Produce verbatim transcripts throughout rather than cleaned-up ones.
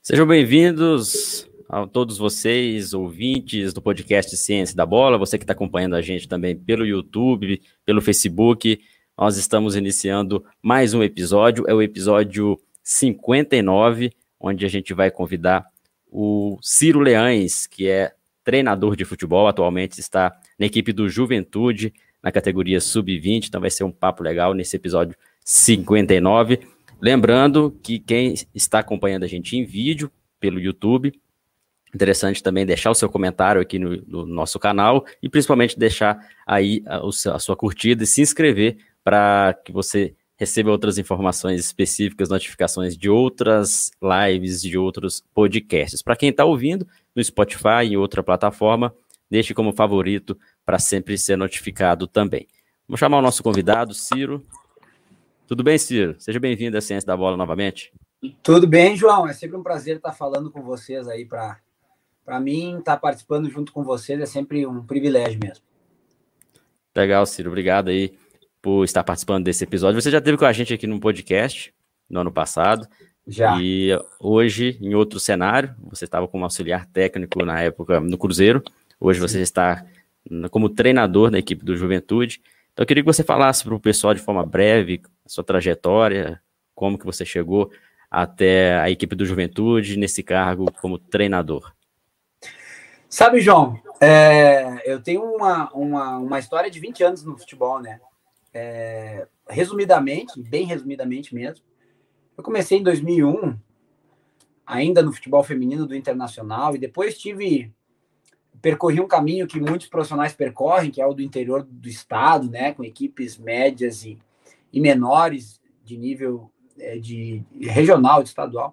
Sejam bem-vindos a todos vocês, ouvintes do podcast Ciência da Bola, você que está acompanhando a gente também pelo YouTube, pelo Facebook. Nós estamos iniciando mais um episódio, é o episódio cinquenta e nove, onde a gente vai convidar o Ciro Leães, que é treinador de futebol, atualmente está na equipe do Juventude, na categoria sub vinte, então vai ser um papo legal nesse episódio cinquenta e nove. Lembrando que quem está acompanhando a gente em vídeo pelo YouTube, interessante também deixar o seu comentário aqui no, no nosso canal e principalmente deixar aí a, a sua curtida e se inscrever para que você receba outras informações específicas, notificações de outras lives, de outros podcasts. Para quem está ouvindo no Spotify e em outra plataforma, deixe como favorito para sempre ser notificado também. Vamos chamar o nosso convidado, Ciro. Tudo bem, Ciro? Seja bem-vindo à Ciência da Bola novamente. Tudo bem, João. É sempre um prazer estar falando com vocês aí. Para para mim, estar participando junto com vocês é sempre um privilégio mesmo. Legal, Ciro. Obrigado aí por estar participando desse episódio. Você já esteve com a gente aqui no podcast no ano passado. Já. E hoje, em outro cenário, você estava como auxiliar técnico na época no Cruzeiro. Hoje Sim. você está como treinador da equipe do Juventude. Então, eu queria que você falasse para o pessoal de forma breve a sua trajetória, como que você chegou até a equipe do Juventude nesse cargo como treinador. Sabe, João, é, eu tenho uma, uma, uma história de vinte anos no futebol, né? É, resumidamente, bem resumidamente mesmo, eu comecei em dois mil e um, ainda no futebol feminino do Internacional, e depois tive... percorri um caminho que muitos profissionais percorrem, que é o do interior do estado, né, com equipes médias e, e menores de nível é, de regional, de estadual.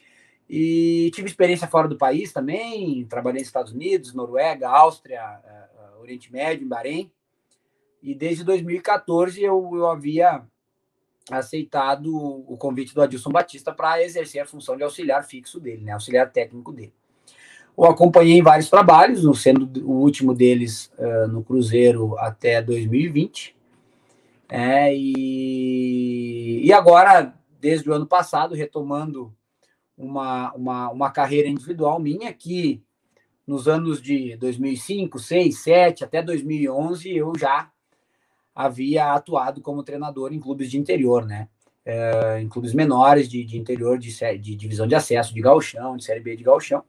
E tive experiência fora do país também, trabalhei nos Estados Unidos, Noruega, Áustria, uh, Oriente Médio, em Bahrein. E desde dois mil e quatorze eu, eu havia aceitado o convite do Adilson Batista para exercer a função de auxiliar fixo dele, né, auxiliar técnico dele. Eu acompanhei em vários trabalhos, sendo o último deles uh, no Cruzeiro até dois mil e vinte. É, e, e agora, desde o ano passado, retomando uma, uma, uma carreira individual minha, que nos anos de dois mil e cinco, dois mil e seis, dois mil e sete, até dois mil e onze, eu já havia atuado como treinador em clubes de interior, né? É, em clubes menores de, de interior, de, de divisão de acesso, de gauchão, de Série B de gauchão.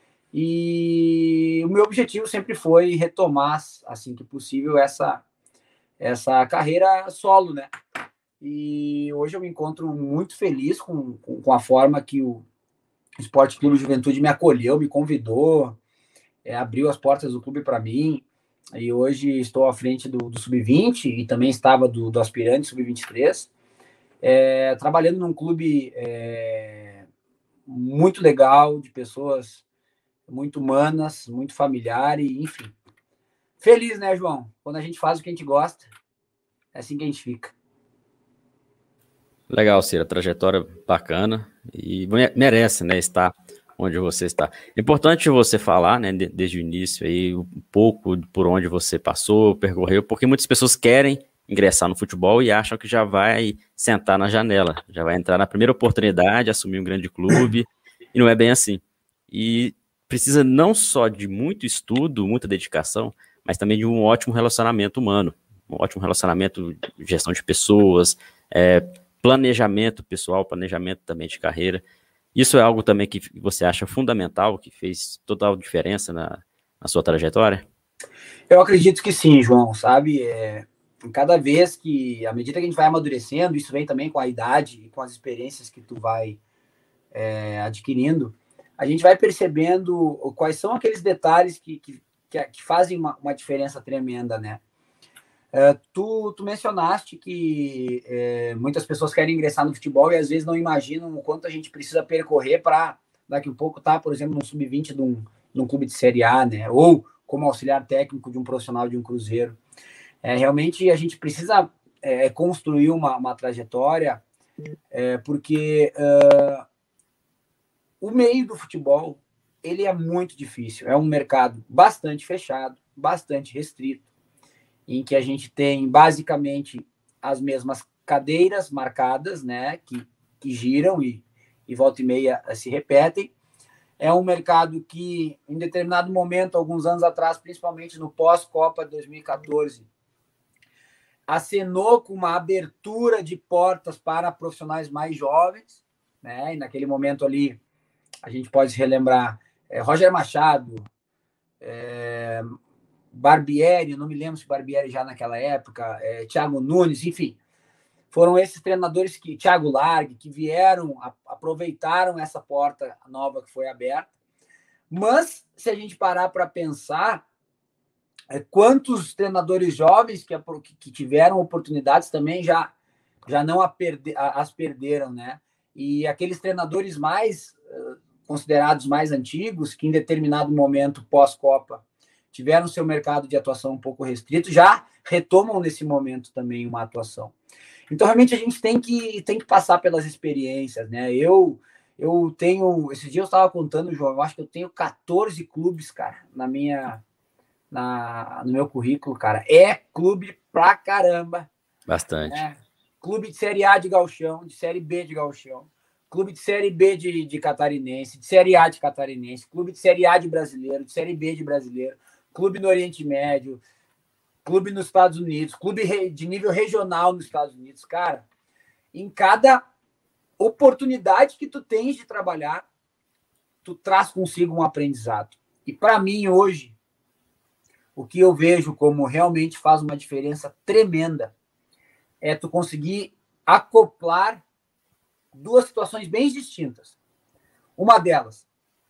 E o meu objetivo sempre foi retomar, assim que possível, essa, essa carreira solo, né? E hoje eu me encontro muito feliz com, com, com a forma que o Esporte Clube Juventude me acolheu, me convidou, é, abriu as portas do clube para mim. E hoje estou à frente do, do sub vinte e também estava do, do aspirante sub vinte e três, é, trabalhando num clube é, muito legal, de pessoas muito humanas, muito familiar e, enfim, feliz, né, João? Quando a gente faz o que a gente gosta, é assim que a gente fica. Legal, Ciro, trajetória bacana e merece, né, estar onde você está. É importante você falar, né, desde o início aí, um pouco por onde você passou, percorreu, porque muitas pessoas querem ingressar no futebol e acham que já vai sentar na janela, já vai entrar na primeira oportunidade, assumir um grande clube, e não é bem assim. E precisa não só de muito estudo, muita dedicação, mas também de um ótimo relacionamento humano, um ótimo relacionamento de gestão de pessoas, é, planejamento pessoal, planejamento também de carreira. Isso é algo também que você acha fundamental, que fez total diferença na, na sua trajetória? Eu acredito que sim, João, sabe? É, cada vez que, à medida que a gente vai amadurecendo, isso vem também com a idade e com as experiências que tu vai é, adquirindo, a gente vai percebendo quais são aqueles detalhes que, que, que fazem uma, uma diferença tremenda, né? É, tu, tu mencionaste que é, muitas pessoas querem ingressar no futebol e às vezes não imaginam o quanto a gente precisa percorrer para daqui a pouco estar, tá, por exemplo, no sub vinte de um, de um clube de Série A, né? Ou como auxiliar técnico de um profissional de um Cruzeiro. É, realmente a gente precisa é, construir uma, uma trajetória é, porque uh, o meio do futebol ele é muito difícil. É um mercado bastante fechado, bastante restrito, em que a gente tem basicamente as mesmas cadeiras marcadas, né, que, que giram e, e volta e meia se repetem, É um mercado que, em determinado momento, alguns anos atrás, principalmente no pós-Copa de dois mil e quatorze, acenou com uma abertura de portas para profissionais mais jovens, né? E naquele momento ali, a gente pode relembrar é, Roger Machado, é, Barbieri, não me lembro se Barbieri já naquela época, é, Thiago Nunes, enfim, foram esses treinadores que, Thiago Largue, que vieram, a, aproveitaram essa porta nova que foi aberta. Mas, se a gente parar para pensar, é, quantos treinadores jovens que, que tiveram oportunidades também já, já não a perde, a, as perderam, né? E aqueles treinadores mais uh, considerados mais antigos, que em determinado momento pós-Copa tiveram seu mercado de atuação um pouco restrito, já retomam nesse momento também uma atuação. Então, realmente, a gente tem que, tem que passar pelas experiências, né? Eu, eu tenho... Esses dias eu estava contando, João, eu acho que eu tenho quatorze clubes, cara, na minha, na, no meu currículo, cara. É clube pra caramba. Bastante. Né? Clube de Série A de Gauchão, de Série B de Gauchão, clube de Série B de, de Catarinense, de Série A de Catarinense, clube de Série A de Brasileiro, de Série B de Brasileiro, clube no Oriente Médio, clube nos Estados Unidos, clube de nível regional nos Estados Unidos. Cara, em cada oportunidade que tu tens de trabalhar, tu traz consigo um aprendizado. E para mim, hoje, o que eu vejo como realmente faz uma diferença tremenda é tu conseguir acoplar duas situações bem distintas. Uma delas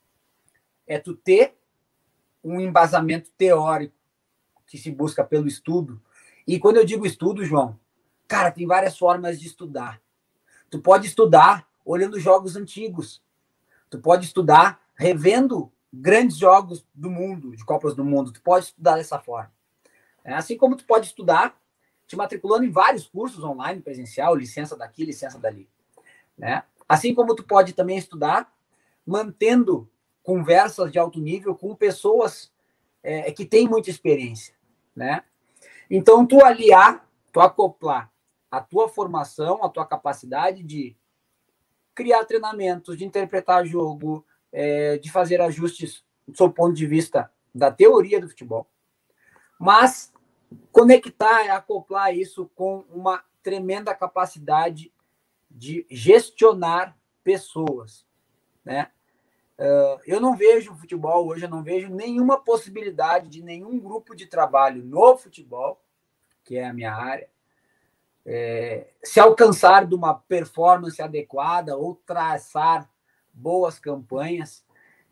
é tu ter um embasamento teórico que se busca pelo estudo. E quando eu digo estudo, João, cara, tem várias formas de estudar. Tu pode estudar olhando jogos antigos. Tu pode estudar revendo grandes jogos do mundo, de Copas do Mundo. Tu pode estudar dessa forma. É assim como tu pode estudar te matriculando em vários cursos online, presencial, licença daqui, licença dali. Né? Assim como tu pode também estudar mantendo conversas de alto nível com pessoas é, que têm muita experiência. Né? Então, tu aliar, tu acoplar a tua formação, a tua capacidade de criar treinamentos, de interpretar jogo, é, de fazer ajustes do seu ponto de vista da teoria do futebol, mas conectar, acoplar isso com uma tremenda capacidade de gestionar pessoas, né? Uh, eu não vejo futebol hoje, eu não vejo nenhuma possibilidade de nenhum grupo de trabalho no futebol, que é a minha área, é, se alcançar de uma performance adequada ou traçar boas campanhas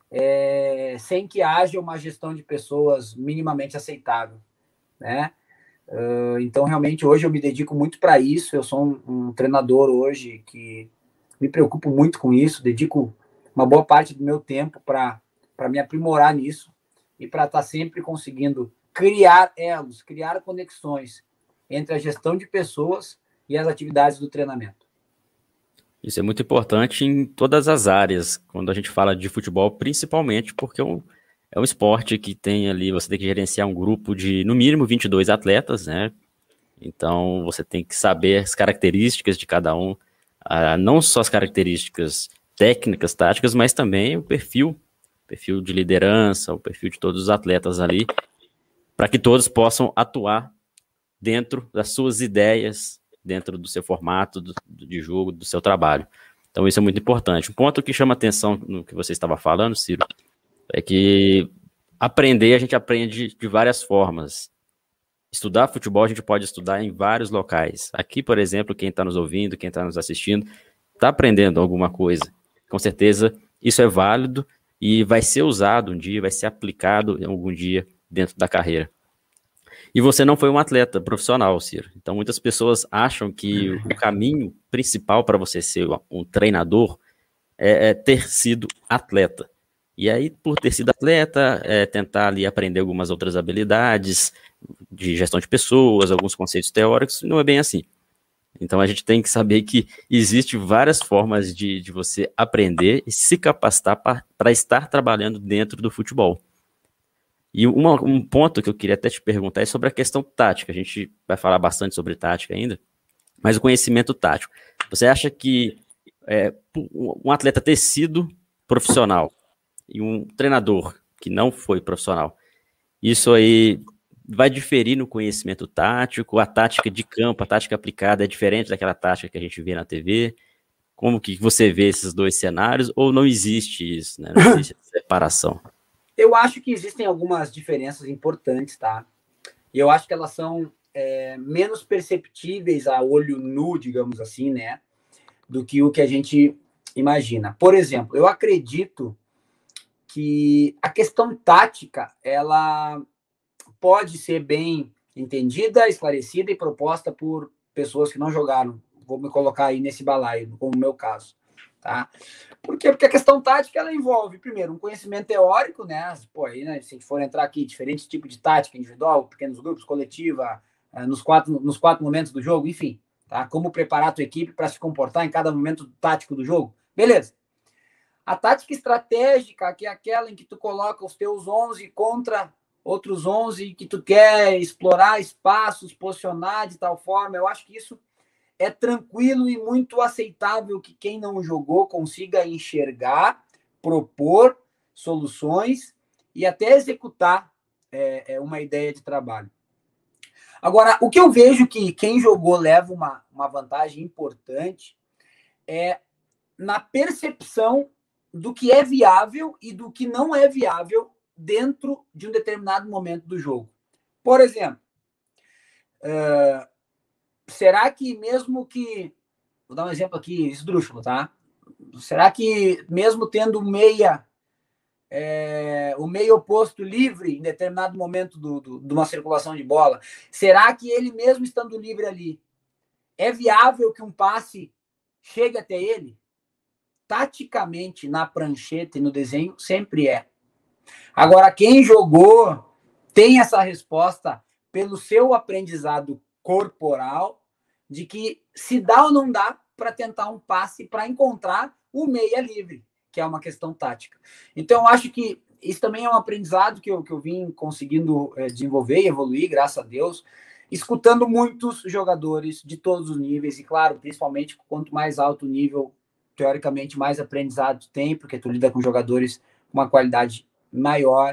é, sem que haja uma gestão de pessoas minimamente aceitável. Né? Uh, então, realmente, hoje eu me dedico muito para isso. Eu sou um, um treinador hoje que me preocupo muito com isso, dedico uma boa parte do meu tempo para me aprimorar nisso e para estar tá sempre conseguindo criar elos, criar conexões entre a gestão de pessoas e as atividades do treinamento. Isso é muito importante em todas as áreas, quando a gente fala de futebol, principalmente porque é um É um esporte que tem ali, você tem que gerenciar um grupo de, no mínimo, vinte e dois atletas, né? Então, você tem que saber as características de cada um, ah, não só as características técnicas, táticas, mas também o perfil, perfil de liderança, o perfil de todos os atletas ali, para que todos possam atuar dentro das suas ideias, dentro do seu formato do, de jogo, do seu trabalho. Então, isso é muito importante. Um ponto que chama atenção no que você estava falando, Ciro, é que aprender, a gente aprende de várias formas. Estudar futebol, a gente pode estudar em vários locais. Aqui, por exemplo, quem está nos ouvindo, quem está nos assistindo, está aprendendo alguma coisa. Com certeza, isso é válido e vai ser usado um dia, vai ser aplicado algum dia dentro da carreira. E você não foi um atleta profissional, Ciro. Então, muitas pessoas acham que o caminho principal para você ser um treinador é, é ter sido atleta. E aí, por ter sido atleta, é, tentar ali aprender algumas outras habilidades de gestão de pessoas, alguns conceitos teóricos, não é bem assim. Então, a gente tem que saber que existe várias formas de, de você aprender e se capacitar para estar trabalhando dentro do futebol. E uma, um ponto que eu queria até te perguntar é sobre a questão tática. A gente vai falar bastante sobre tática ainda, mas o conhecimento tático. Você acha que é, um atleta ter sido profissional, e um treinador que não foi profissional, isso aí vai diferir no conhecimento tático, a tática de campo, a tática aplicada é diferente daquela tática que a gente vê na T V? Como que você vê esses dois cenários, ou não existe isso, né? Não existe essa separação? Eu acho que existem algumas diferenças importantes, tá? E eu acho que elas são é, menos perceptíveis a olho nu, digamos assim, né? Do que o que a gente imagina. Por exemplo, eu acredito que a questão tática, ela pode ser bem entendida, esclarecida e proposta por pessoas que não jogaram. Vou me colocar aí nesse balaio, como o meu caso, tá? Por quê? Porque a questão tática, ela envolve, primeiro, um conhecimento teórico, né? Pô, aí, né, se a gente for entrar aqui, diferentes tipos de tática individual, pequenos grupos, coletiva, nos quatro, nos quatro momentos do jogo, enfim, tá? Como preparar a tua equipe para se comportar em cada momento tático do jogo. Beleza. A tática estratégica, que é aquela em que tu coloca os teus onze contra outros onze, que tu quer explorar espaços, posicionar de tal forma, eu acho que isso é tranquilo e muito aceitável que quem não jogou consiga enxergar, propor soluções e até executar é, é uma ideia de trabalho. Agora, o que eu vejo que quem jogou leva uma, uma vantagem importante é na percepção do que é viável e do que não é viável dentro de um determinado momento do jogo. Por exemplo, uh, será que mesmo que... Vou dar um exemplo aqui, esdrúxulo, tá? Será que mesmo tendo meia, é, o meio oposto livre em determinado momento do, do, de uma circulação de bola, será que ele mesmo estando livre ali, é viável que um passe chegue até ele? Taticamente, na prancheta e no desenho, sempre é. Agora, quem jogou tem essa resposta pelo seu aprendizado corporal de que se dá ou não dá para tentar um passe para encontrar o meia livre, que é uma questão tática. Então, eu acho que isso também é um aprendizado que eu, que eu vim conseguindo é, desenvolver e evoluir, graças a Deus, escutando muitos jogadores de todos os níveis, e claro, principalmente quanto mais alto o nível, teoricamente, mais aprendizado tem, porque tu lida com jogadores com uma qualidade maior.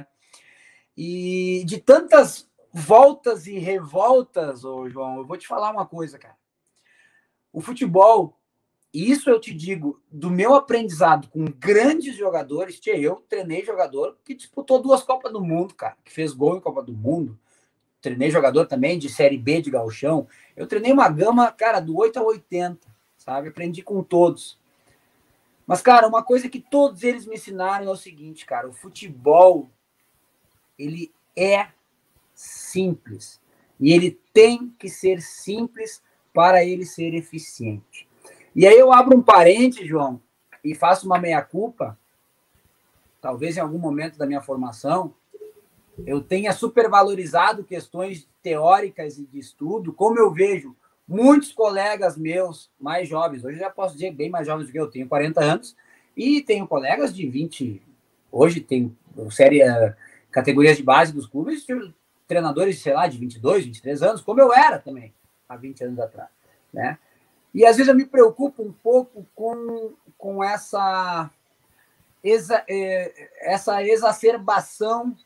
E de tantas voltas e revoltas, ô João, eu vou te falar uma coisa, cara. O futebol, e isso eu te digo, do meu aprendizado com grandes jogadores, tchê, eu treinei jogador que disputou duas Copas do Mundo, cara, que fez gol em Copa do Mundo. Treinei jogador também de Série B de gauchão. Eu treinei uma gama, cara, do oito a oitenta, sabe? Aprendi com todos. Mas, cara, uma coisa que todos eles me ensinaram é o seguinte, cara, o futebol, ele é simples. E ele tem que ser simples para ele ser eficiente. E aí eu abro um parênteses, João, e faço uma meia-culpa. Talvez em algum momento da minha formação, eu tenha supervalorizado questões teóricas e de estudo, como eu vejo muitos colegas meus mais jovens, hoje eu já posso dizer bem mais jovens do que eu, tenho quarenta anos, e tenho colegas de vinte, hoje tem série, categorias de base dos clubes, treinadores, sei lá, de vinte e dois, vinte e três anos, como eu era também, há vinte anos atrás, né? E às vezes eu me preocupo um pouco com, com essa, exa, essa exacerbação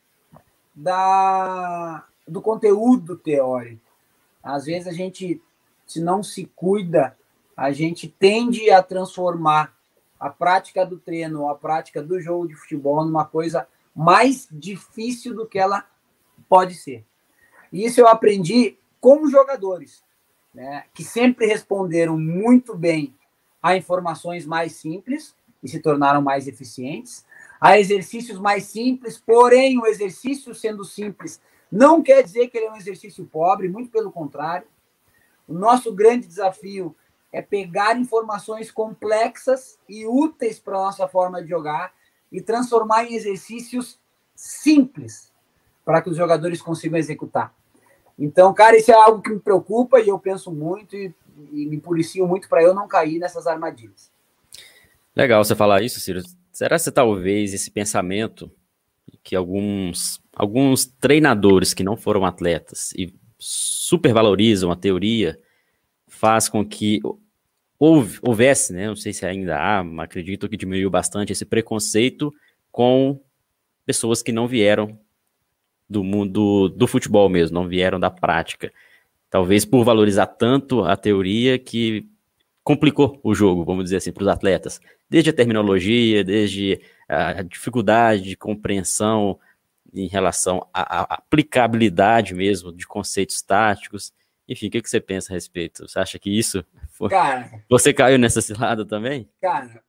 da, do conteúdo teórico. Às vezes a gente, se não se cuida, a gente tende a transformar a prática do treino, a prática do jogo de futebol numa coisa mais difícil do que ela pode ser. E isso eu aprendi com os jogadores, né, que sempre responderam muito bem a informações mais simples e se tornaram mais eficientes, a exercícios mais simples, porém o exercício sendo simples não quer dizer que ele é um exercício pobre, muito pelo contrário. O nosso grande desafio é pegar informações complexas e úteis para a nossa forma de jogar e transformar em exercícios simples para que os jogadores consigam executar. Então, cara, isso é algo que me preocupa e eu penso muito e, e me policio muito para eu não cair nessas armadilhas. Legal você falar isso, Ciro. Será que talvez esse pensamento que alguns, alguns treinadores que não foram atletas e supervalorizam a teoria faz com que houvesse, né, não sei se ainda há, mas acredito que diminuiu bastante esse preconceito com pessoas que não vieram do mundo do futebol mesmo, não vieram da prática. Talvez por valorizar tanto a teoria que complicou o jogo, vamos dizer assim, para os atletas. Desde a terminologia, desde a dificuldade de compreensão em relação à, à aplicabilidade mesmo de conceitos táticos. Enfim, o que, que você pensa a respeito? Você acha que isso... Foi... Cara, você caiu nessa cilada também? Cara,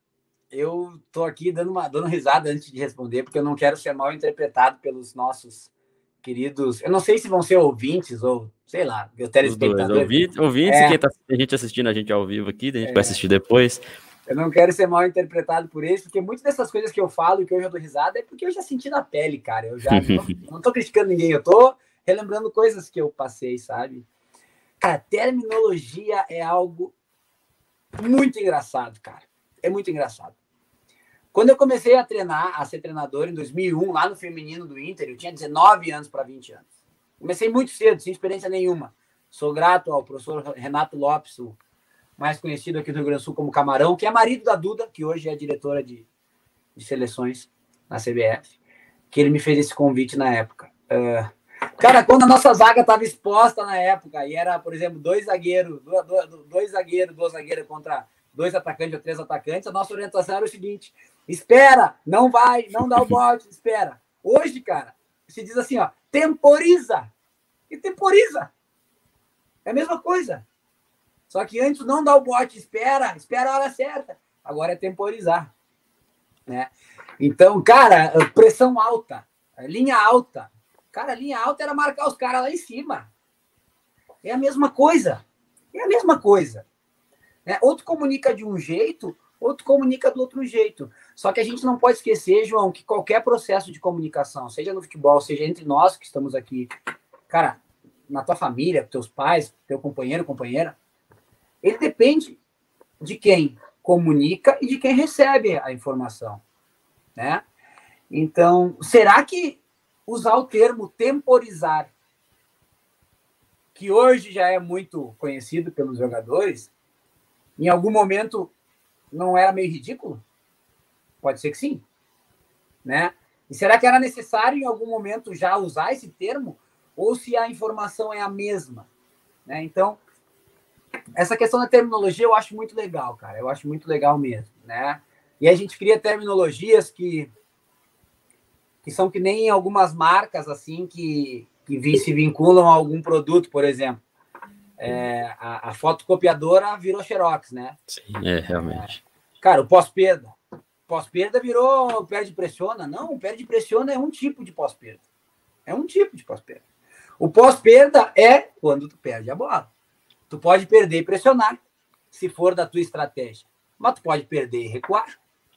eu tô aqui dando, uma, dando risada antes de responder, porque eu não quero ser mal interpretado pelos nossos queridos... Eu não sei se vão ser ouvintes ou, sei lá, telespectadores. Ouvintes, ouvintes é, e quem tá a gente assistindo a gente ao vivo aqui, a gente é, vai assistir depois. Eu não quero ser mal interpretado por eles, porque muitas dessas coisas que eu falo e que hoje eu dou risada é porque eu já senti na pele, cara. Eu já não, não tô criticando ninguém, eu tô relembrando coisas que eu passei, sabe? Cara, terminologia é algo muito engraçado, cara. É muito engraçado. Quando eu comecei a treinar, a ser treinador em dois mil e um, lá no feminino do Inter, eu tinha dezenove anos para vinte anos. Comecei muito cedo, sem experiência nenhuma. Sou grato ao professor Renato Lopes, o mais conhecido aqui do Rio Grande do Sul como Camarão, que é marido da Duda, que hoje é diretora de, de seleções na C B F, que ele me fez esse convite na época. Uh, cara, quando a nossa zaga estava exposta na época, e era, por exemplo, dois zagueiros, dois, dois zagueiros, duas zagueiras contra dois atacantes ou três atacantes, a nossa orientação era o seguinte: espera, não vai, não dá o bote, espera. Hoje, cara, se diz assim, ó, temporiza. E temporiza. É a mesma coisa. Só que antes não dá o bote, espera, espera a hora certa. Agora é temporizar. Né? Então, cara, pressão alta, linha alta. Cara, linha alta era marcar os caras lá em cima. É a mesma coisa. É a mesma coisa. Né? Outro comunica de um jeito, outro comunica do outro jeito. Só que a gente não pode esquecer, João, que qualquer processo de comunicação, seja no futebol, seja entre nós que estamos aqui, cara, na tua família, teus pais, teu companheiro, companheira, ele depende de quem comunica e de quem recebe a informação, né? Então, será que usar o termo temporizar, que hoje já é muito conhecido pelos jogadores, em algum momento não era meio ridículo? Pode ser que sim, né? E será que era necessário em algum momento já usar esse termo? Ou se a informação é a mesma, né? Então, essa questão da terminologia eu acho muito legal, cara. Eu acho muito legal mesmo, né? E a gente cria terminologias que, que são que nem algumas marcas, assim, que, que se vinculam a algum produto, por exemplo. É, a, a fotocopiadora virou Xerox, né? Sim, é, realmente. É, cara, o pós-perda. Pós-perda virou perde-pressiona. Não, perde-pressiona é um tipo de pós-perda. É um tipo de pós-perda. O pós-perda é quando tu perde a bola. Tu pode perder e pressionar, se for da tua estratégia. Mas tu pode perder e recuar,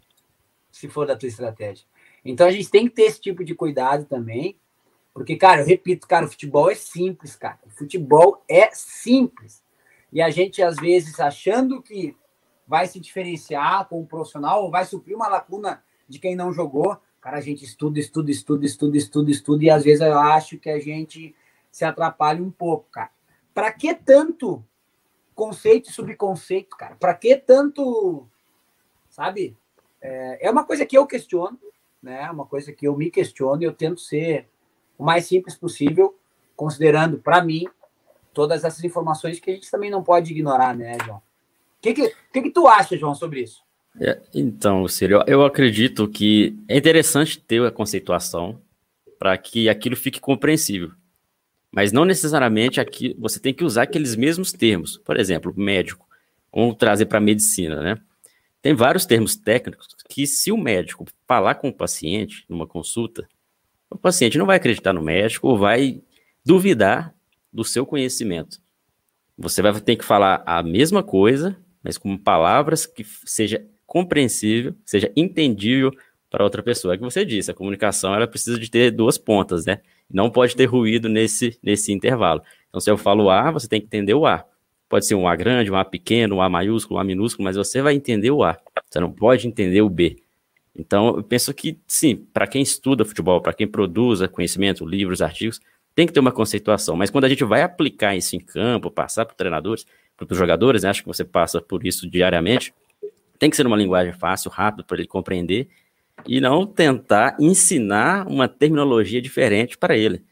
se for da tua estratégia. Então a gente tem que ter esse tipo de cuidado também, porque, cara, eu repito, cara, o futebol é simples, cara. O futebol é simples. E a gente, às vezes, achando que vai se diferenciar com um profissional ou vai suprir uma lacuna de quem não jogou, cara, a gente estuda, estuda, estuda, estuda, estuda, estuda, e às vezes eu acho que a gente se atrapalha um pouco, cara. Para que tanto conceito e subconceito, cara? Para que tanto, sabe? É, é uma coisa que eu questiono, né? Uma coisa que eu me questiono e eu tento ser o mais simples possível, considerando, para mim, todas essas informações que a gente também não pode ignorar, né, João? O que que, que que tu acha, João, sobre isso? É, então, Círio, eu acredito que é interessante ter a conceituação para que aquilo fique compreensível. Mas não necessariamente aqui você tem que usar aqueles mesmos termos. Por exemplo, médico. Vamos trazer para a medicina, né? Tem vários termos técnicos que, se o médico falar com o paciente numa consulta, o paciente não vai acreditar no médico ou vai duvidar do seu conhecimento. Você vai ter que falar a mesma coisa, mas com palavras que seja compreensível, seja entendível para outra pessoa. É o que você disse, a comunicação ela precisa de ter duas pontas, né? Não pode ter ruído nesse, nesse intervalo. Então, se eu falo A, você tem que entender o A. Pode ser um A grande, um A pequeno, um A maiúsculo, um A minúsculo, mas você vai entender o A. Você não pode entender o B. Então, eu penso que, sim, para quem estuda futebol, para quem produz conhecimento, livros, artigos, tem que ter uma conceituação. Mas quando a gente vai aplicar isso em campo, passar para os treinadores, para os jogadores, né, acho que você passa por isso diariamente, tem que ser uma linguagem fácil, rápida, para ele compreender. e não tentar ensinar uma terminologia diferente para ele.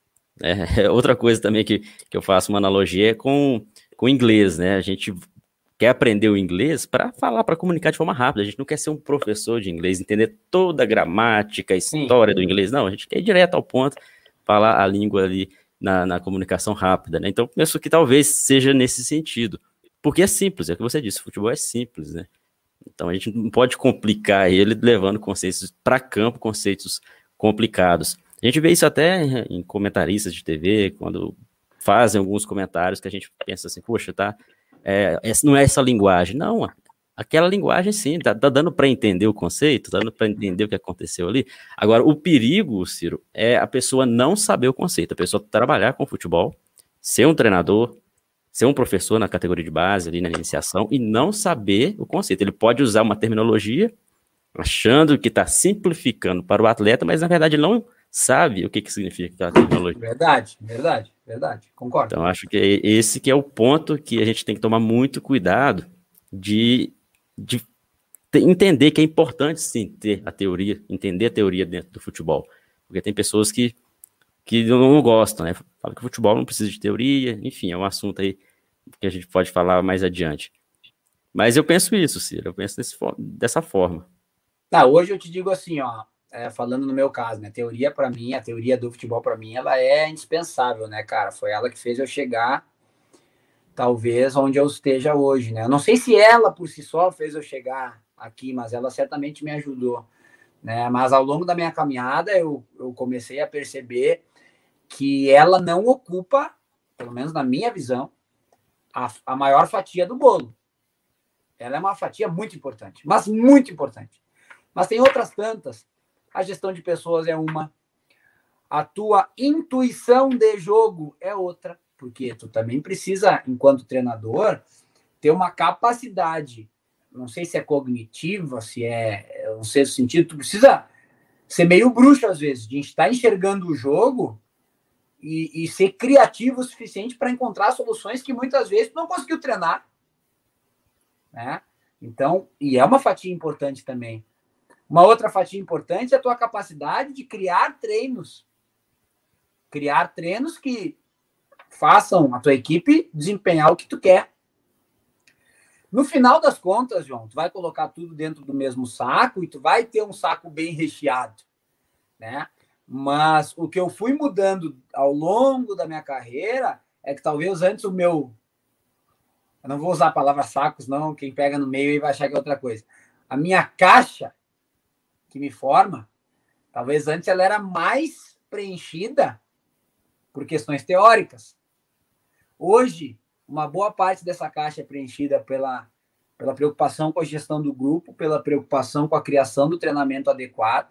É, outra coisa também que, que eu faço uma analogia é com o inglês, né? A gente quer aprender o inglês para falar, para comunicar de forma rápida. A gente não quer ser um professor de inglês, entender toda a gramática, a história Sim. do inglês. Não, a gente quer ir direto ao ponto, falar a língua ali na, na comunicação rápida, né? Então, eu penso que talvez seja nesse sentido. Porque é simples, é o que você disse, o futebol é simples, né? Então, a gente não pode complicar ele levando conceitos para campo, conceitos complicados. A gente vê isso até em comentaristas de T V, quando fazem alguns comentários que a gente pensa assim, poxa, tá, é, não é essa linguagem. Não, aquela linguagem sim, tá, tá dando para entender o conceito, tá dando para entender o que aconteceu ali. Agora, o perigo, Ciro, é a pessoa não saber o conceito, a pessoa trabalhar com futebol, ser um treinador, ser um professor na categoria de base, ali na iniciação, e não saber o conceito. Ele pode usar uma terminologia, achando que está simplificando para o atleta, mas na verdade ele não sabe o que, que significa aquela terminologia. Verdade, verdade, verdade, concordo. Então, acho que é esse que é o ponto que a gente tem que tomar muito cuidado de, de ter, entender que é importante, sim, ter a teoria, entender a teoria dentro do futebol. Porque tem pessoas que, que não gostam, né? Falam que o futebol não precisa de teoria, enfim, é um assunto aí que a gente pode falar mais adiante. Mas eu penso isso, Ciro, eu penso desse, dessa forma. Tá, hoje eu te digo assim, ó, é, falando no meu caso, né? Teoria para mim, a teoria do futebol para mim, ela é indispensável, né, cara? Foi ela que fez eu chegar, talvez, onde eu esteja hoje, né? Eu não sei se ela por si só fez eu chegar aqui, mas ela certamente me ajudou, né? Mas ao longo da minha caminhada, eu, eu comecei a perceber que ela não ocupa, pelo menos na minha visão, a, a maior fatia do bolo. Ela é uma fatia muito importante, mas muito importante. Mas tem outras tantas. A gestão de pessoas é uma. A tua intuição de jogo é outra. Porque tu também precisa, enquanto treinador, ter uma capacidade, não sei se é cognitiva, se é, não sei o sentido, tu precisa ser meio bruxo às vezes, de estar enxergando o jogo e, e ser criativo o suficiente para encontrar soluções que muitas vezes tu não conseguiu treinar. Né? Então, e é uma fatia importante também. Uma outra fatia importante é a tua capacidade de criar treinos. Criar treinos que façam a tua equipe desempenhar o que tu quer. No final das contas, João, tu vai colocar tudo dentro do mesmo saco e tu vai ter um saco bem recheado, né? Mas o que eu fui mudando ao longo da minha carreira é que talvez antes o meu... Eu não vou usar a palavra sacos, não. Quem pega no meio aí vai achar que é outra coisa. A minha caixa que me forma, talvez antes ela era mais preenchida por questões teóricas. Hoje, uma boa parte dessa caixa é preenchida pela, pela preocupação com a gestão do grupo, pela preocupação com a criação do treinamento adequado.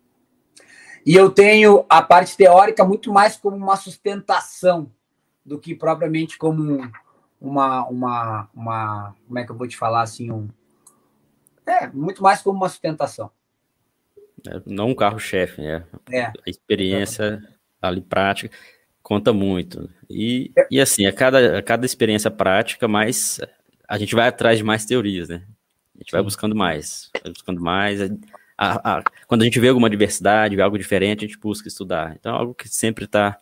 E eu tenho a parte teórica muito mais como uma sustentação do que propriamente como uma, uma, uma como é que eu vou te falar assim, um, é, muito mais como uma sustentação. É, não um carro-chefe, né? É. A experiência ali prática conta muito. E, e assim, a cada, a cada experiência prática, mais a gente vai atrás de mais teorias, né? A gente vai Sim. buscando mais, vai buscando mais. A, a, quando a gente vê alguma diversidade, vê algo diferente, a gente busca estudar. Então, é algo que sempre está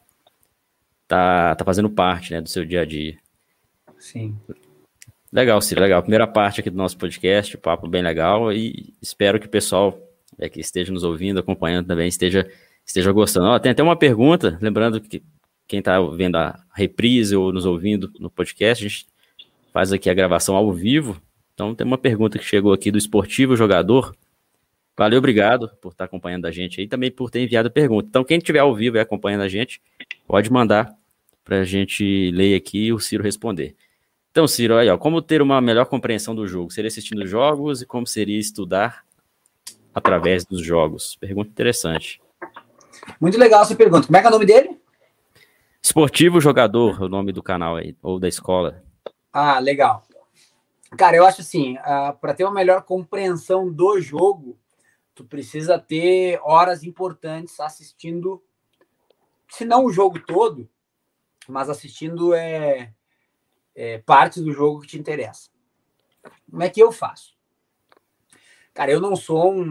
tá, tá fazendo parte, né, do seu dia a dia. Sim. Legal, Ciro, legal. Primeira parte aqui do nosso podcast, papo bem legal, e espero que o pessoal é, que esteja nos ouvindo, acompanhando também, esteja, esteja gostando. Ó, tem até uma pergunta, lembrando que quem está vendo a reprise ou nos ouvindo no podcast, a gente faz aqui a gravação ao vivo. Então tem uma pergunta que chegou aqui do Esportivo Jogador. Valeu, obrigado por estar acompanhando a gente aí, também por ter enviado a pergunta. Então quem estiver ao vivo e acompanhando a gente, pode mandar para a gente ler aqui e o Ciro responder. Então, Ciro, aí, ó, como ter uma melhor compreensão do jogo? Seria assistindo jogos e como seria estudar através dos jogos? Pergunta interessante. Muito legal essa pergunta. Como é que é o nome dele? Esportivo Jogador, o nome do canal aí, ou da escola. Ah, legal. Cara, eu acho assim, uh, para ter uma melhor compreensão do jogo, tu precisa ter horas importantes assistindo, se não o jogo todo, mas assistindo é, é, parte do jogo que te interessa. Como é que eu faço? Cara, eu não sou um,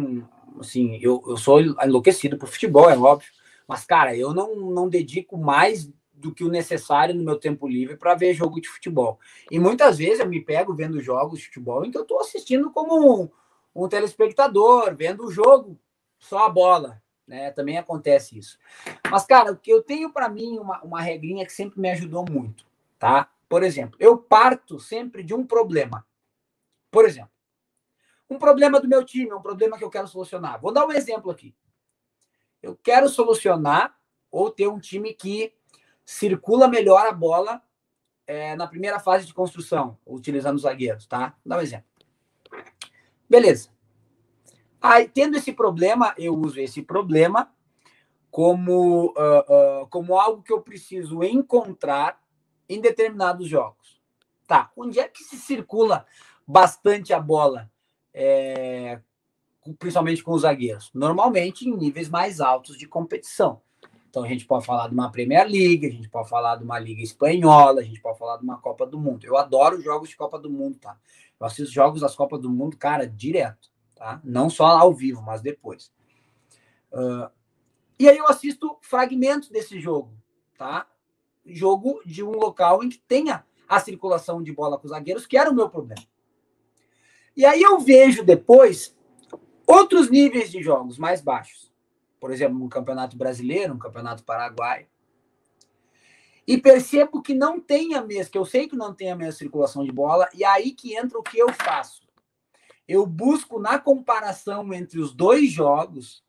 assim, eu, eu sou enlouquecido por futebol, é óbvio, mas, cara, eu não, não dedico mais do que o necessário no meu tempo livre para ver jogo de futebol. E muitas vezes eu me pego vendo jogos de futebol em que eu estou assistindo como um, um telespectador, vendo o jogo, só a bola, né? Também acontece isso. Mas, cara, o que eu tenho para mim uma, uma regrinha que sempre me ajudou muito, tá? Por exemplo, eu parto sempre de um problema. Por exemplo, um problema do meu time, um problema que eu quero solucionar. Vou dar um exemplo aqui. Eu quero solucionar ou ter um time que circula melhor a bola é, na primeira fase de construção, utilizando os zagueiros, tá? Vou dar um exemplo. Beleza. Aí, tendo esse problema, eu uso esse problema como, uh, uh, como algo que eu preciso encontrar em determinados jogos. Tá, onde é que se circula bastante a bola, é, principalmente com os zagueiros? Normalmente em níveis mais altos de competição. Então a gente pode falar de uma Premier League, a gente pode falar de uma Liga Espanhola, a gente pode falar de uma Copa do Mundo. Eu adoro jogos de Copa do Mundo, tá? Eu assisto jogos das Copas do Mundo, cara, direto, tá? Não só ao vivo, mas depois. Uh, e aí eu assisto fragmentos desse jogo, tá? Jogo de um local em que tenha a circulação de bola com os zagueiros, que era o meu problema. E aí eu vejo depois outros níveis de jogos mais baixos. Por exemplo, um campeonato brasileiro, um campeonato paraguaio. E percebo que não tem a mesma, que eu sei que não tem a mesma circulação de bola, e aí que entra o que eu faço. Eu busco na comparação entre os dois jogos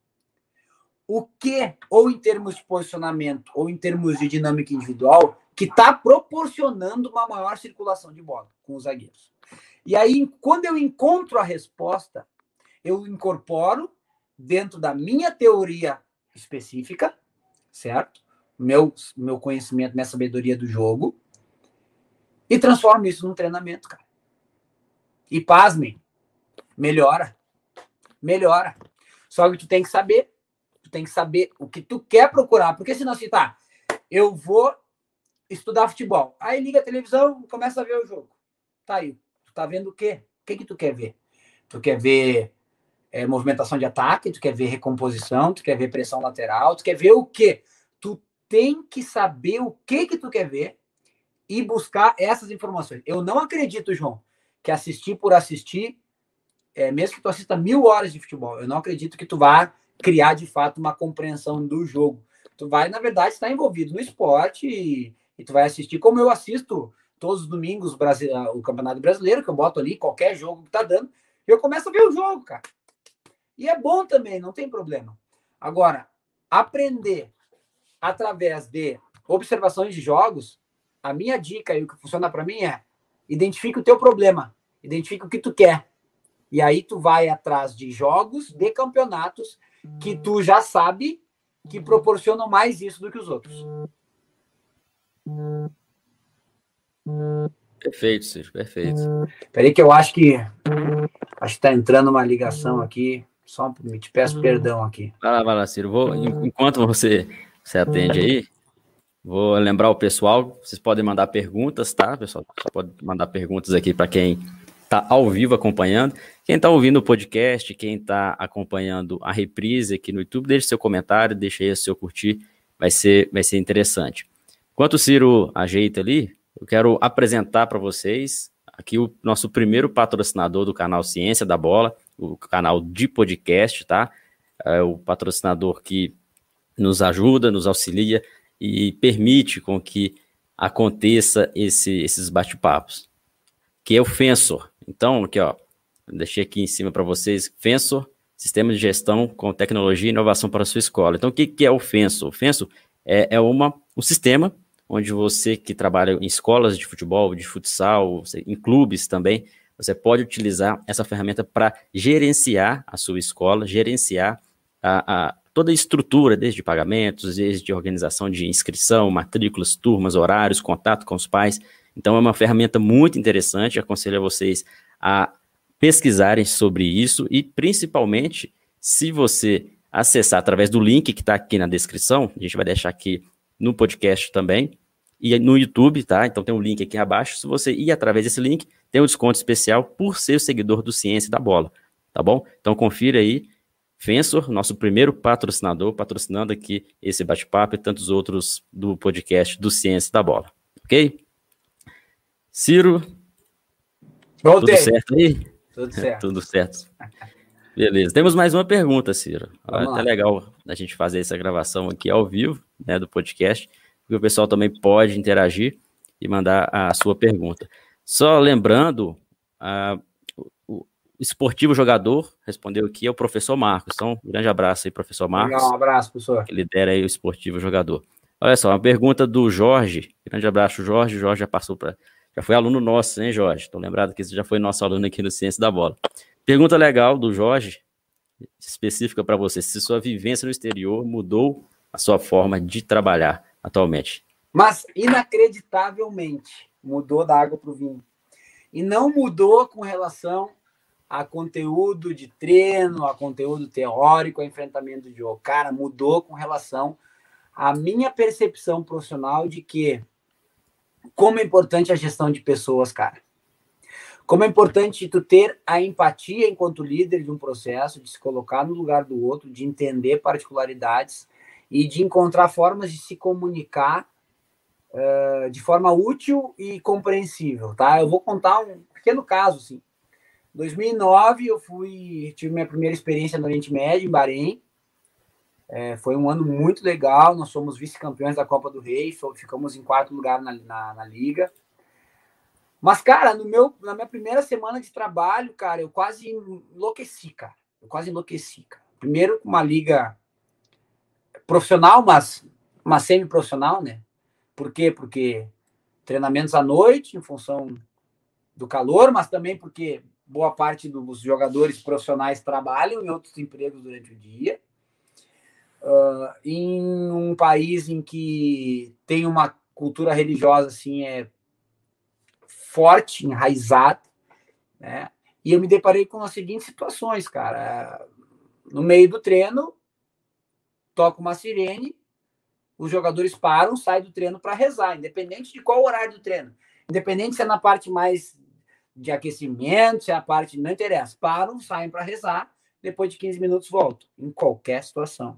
o que, ou em termos de posicionamento, ou em termos de dinâmica individual, que está proporcionando uma maior circulação de bola com os zagueiros. E aí, quando eu encontro a resposta, eu incorporo dentro da minha teoria específica, certo? Meu, meu conhecimento, minha sabedoria do jogo, e transformo isso num treinamento, cara. E pasmem, melhora. Melhora. Só que tu tem que saber, tu tem que saber o que tu quer procurar, porque senão assim, tá, eu vou estudar futebol. Aí liga a televisão, começa a ver o jogo. Tá aí. Tu tá vendo o quê? O que que tu quer ver? Tu quer ver é, movimentação de ataque, tu quer ver recomposição, tu quer ver pressão lateral, tu quer ver o quê? Tu tem que saber o que que tu quer ver e buscar essas informações. Eu não acredito, João, que assistir por assistir, é, mesmo que tu assista mil horas de futebol, eu não acredito que tu vá criar, de fato, uma compreensão do jogo. Tu vai, na verdade, estar envolvido no esporte e, e tu vai assistir, como eu assisto todos os domingos o Campeonato Brasileiro, que eu boto ali, qualquer jogo que tá dando, eu começo a ver o jogo, cara. E é bom também, não tem problema. Agora, aprender através de observações de jogos, a minha dica e o que funciona para mim é identifique o teu problema, identifique o que tu quer. E aí tu vai atrás de jogos, de campeonatos que tu já sabe que proporcionam mais isso do que os outros. Perfeito, Ciro, perfeito. Peraí que eu acho que acho que tá entrando uma ligação aqui. Só me te peço perdão aqui. Vai lá, vai lá, Ciro. Vou, enquanto você, você atende aí, vou lembrar o pessoal, vocês podem mandar perguntas, tá, pessoal? Você pode mandar perguntas aqui para quem está ao vivo acompanhando. Quem está ouvindo o podcast, quem está acompanhando a reprise aqui no YouTube, deixe seu comentário, deixe aí o seu curtir, vai ser, vai ser interessante. Enquanto o Ciro ajeita ali, eu quero apresentar para vocês aqui o nosso primeiro patrocinador do canal Ciência da Bola, o canal de podcast, tá? É o patrocinador que nos ajuda, nos auxilia e permite com que aconteça esse, esses bate-papos, que é o Fensor. Então, aqui, ó, deixei aqui em cima para vocês, Fensor, Sistema de Gestão com Tecnologia e Inovação para a sua escola. Então, o que, que é o Fensor? O Fensor é, é uma, um sistema onde você que trabalha em escolas de futebol, de futsal, em clubes também, você pode utilizar essa ferramenta para gerenciar a sua escola, gerenciar a, a, toda a estrutura, desde pagamentos, desde organização de inscrição, matrículas, turmas, horários, contato com os pais. Então, é uma ferramenta muito interessante, aconselho a vocês a pesquisarem sobre isso e, principalmente, se você acessar através do link que está aqui na descrição, a gente vai deixar aqui no podcast também, e no YouTube, tá? Então tem um link aqui abaixo. Se você ir através desse link, tem um desconto especial por ser seguidor do Ciência da Bola, tá bom? Então confira aí Fensor, nosso primeiro patrocinador, patrocinando aqui esse bate-papo e tantos outros do podcast do Ciência da Bola. Ok? Ciro, Voltei. Tudo certo aí? Tudo certo. Tudo certo. Beleza. Temos mais uma pergunta, Ciro. Vamos Até lá. legal a gente fazer essa gravação aqui ao vivo, né, do podcast, porque o pessoal também pode interagir e mandar a sua pergunta. Só lembrando, a, o, o esportivo jogador respondeu aqui é o professor Marcos. Então, um grande abraço aí, professor Marcos. Legal, um abraço, professor. Que lidera aí o esportivo jogador. Olha só, uma pergunta do Jorge. Grande abraço, Jorge. Jorge já passou para... Já foi aluno nosso, hein, Jorge? Estou lembrado que você já foi nosso aluno aqui no Ciência da Bola. Pergunta legal do Jorge, específica para você. Se sua vivência no exterior mudou a sua forma de trabalhar atualmente? Mas, inacreditavelmente, mudou da água para o vinho. E não mudou com relação a conteúdo de treino, a conteúdo teórico, a enfrentamento de jogo. Cara, mudou com relação à minha percepção profissional de que como é importante a gestão de pessoas, cara. Como é importante tu ter a empatia enquanto líder de um processo, de se colocar no lugar do outro, de entender particularidades e de encontrar formas de se comunicar uh, de forma útil e compreensível, tá? Eu vou contar um pequeno caso, assim. Em dois mil e nove, eu fui, tive minha primeira experiência no Oriente Médio, em Bahrein. É, foi um ano muito legal, nós somos vice-campeões da Copa do Rei, ficamos em quarto lugar na, na, na Liga. Mas, cara, no meu, na minha primeira semana de trabalho, cara, eu quase enlouqueci, cara. Eu quase enlouqueci, cara. Primeiro com uma liga profissional, mas uma semi-profissional, né? Por quê? Porque treinamentos à noite, em função do calor, mas também porque boa parte dos jogadores profissionais trabalham em outros empregos durante o dia. Uh, em um país em que tem uma cultura religiosa assim, é forte, enraizada, né? E eu me deparei com as seguintes situações, cara. No meio do treino, toca uma sirene, os jogadores param, saem do treino para rezar, independente de qual horário do treino. Independente se é na parte mais de aquecimento, se é a parte... Não interessa. Param, saem para rezar, depois de quinze minutos voltam, em qualquer situação.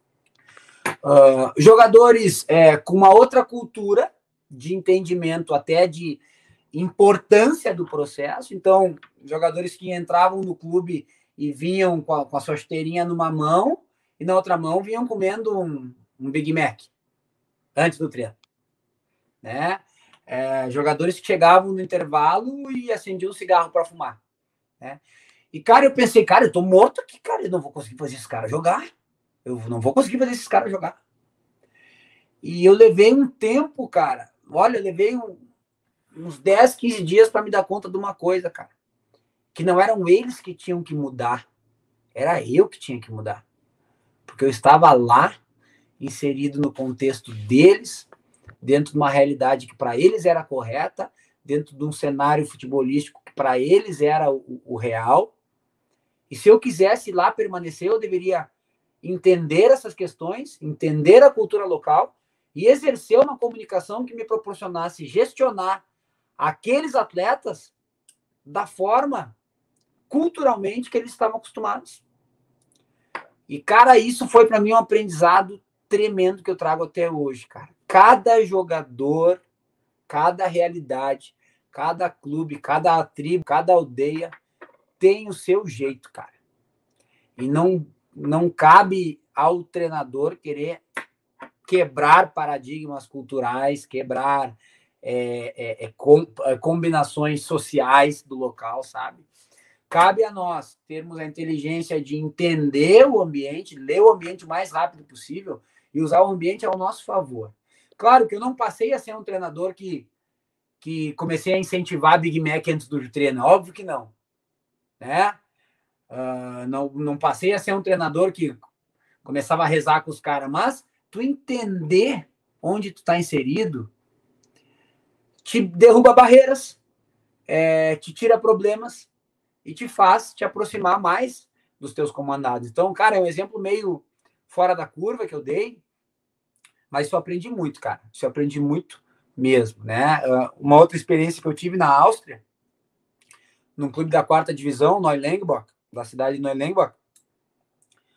Uh, jogadores é, com uma outra cultura de entendimento, até de importância do processo. Então, jogadores que entravam no clube e vinham com a, com a sua chuteirinha numa mão e na outra mão vinham comendo um, um Big Mac antes do treino, né? É, jogadores que chegavam no intervalo e acendiam um cigarro para fumar, né? E, cara, eu pensei, cara, eu tô morto aqui, cara, eu não vou conseguir fazer esses caras jogar. Eu não vou conseguir fazer esses caras jogar. E eu levei um tempo, cara. Olha, eu levei um, uns dez, quinze dias para me dar conta de uma coisa, cara. Que não eram eles que tinham que mudar. Era eu que tinha que mudar. Porque eu estava lá, inserido no contexto deles, dentro de uma realidade que para eles era correta, dentro de um cenário futebolístico que para eles era o, o real. E se eu quisesse lá permanecer, eu deveria entender essas questões, entender a cultura local e exercer uma comunicação que me proporcionasse gestionar aqueles atletas da forma culturalmente que eles estavam acostumados. E, cara, isso foi para mim um aprendizado tremendo que eu trago até hoje, cara. Cada jogador, cada realidade, cada clube, cada tribo, cada aldeia tem o seu jeito, cara. E não Não cabe ao treinador querer quebrar paradigmas culturais, quebrar é, é, é, com, é, combinações sociais do local, sabe? Cabe a nós termos a inteligência de entender o ambiente, ler o ambiente o mais rápido possível e usar o ambiente ao nosso favor. Claro que eu não passei a ser um treinador que, que comecei a incentivar Big Mac antes do treino, óbvio que não, né? Uh, não, não passei a ser um treinador que começava a rezar com os caras, mas tu entender onde tu tá inserido te derruba barreiras, é, te tira problemas e te faz te aproximar mais dos teus comandados. Então, cara, é um exemplo meio fora da curva que eu dei, mas isso eu aprendi muito, cara. Isso eu aprendi muito mesmo, né? Uh, uma outra experiência que eu tive na Áustria, num clube da quarta divisão, Neulengbach, da cidade de Neulengbach,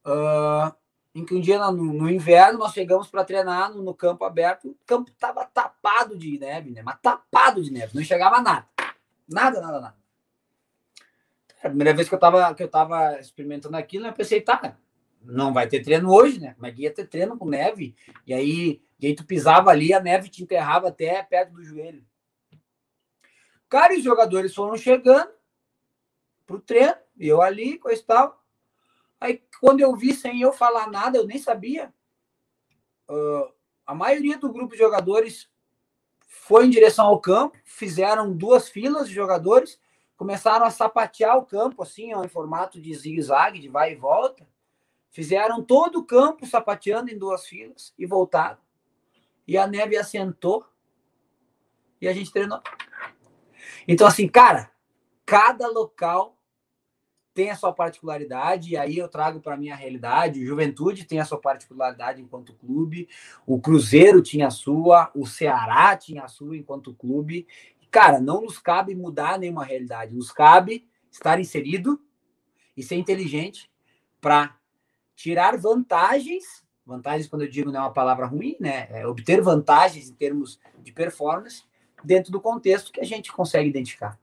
uh, em que um dia no, no inverno nós chegamos para treinar no, no campo aberto, o campo estava tapado de neve, né? Mas tapado de neve, não enxergava nada. Nada, nada, nada. A primeira vez que eu estava que eu tava experimentando aquilo, eu pensei, tá, não vai ter treino hoje, né? Mas ia ter treino com neve. E aí, e aí tu pisava ali, a neve te enterrava até perto do joelho. Cara, e os jogadores foram chegando pro treino, e eu ali, coisa e tal. Aí, quando eu vi, sem eu falar nada, eu nem sabia, uh, a maioria do grupo de jogadores foi em direção ao campo, fizeram duas filas de jogadores, começaram a sapatear o campo, assim, ó, em formato de zigue-zague, de vai e volta. Fizeram todo o campo sapateando em duas filas e voltaram. E a neve assentou e a gente treinou. Então, assim, cara, cada local tem a sua particularidade, e aí eu trago para a minha realidade. O Juventude tem a sua particularidade enquanto clube, o Cruzeiro tinha a sua, o Ceará tinha a sua enquanto clube. Cara, não nos cabe mudar nenhuma realidade, nos cabe estar inserido e ser inteligente para tirar vantagens, vantagens quando eu digo não é uma palavra ruim, né? É obter vantagens em termos de performance dentro do contexto que a gente consegue identificar.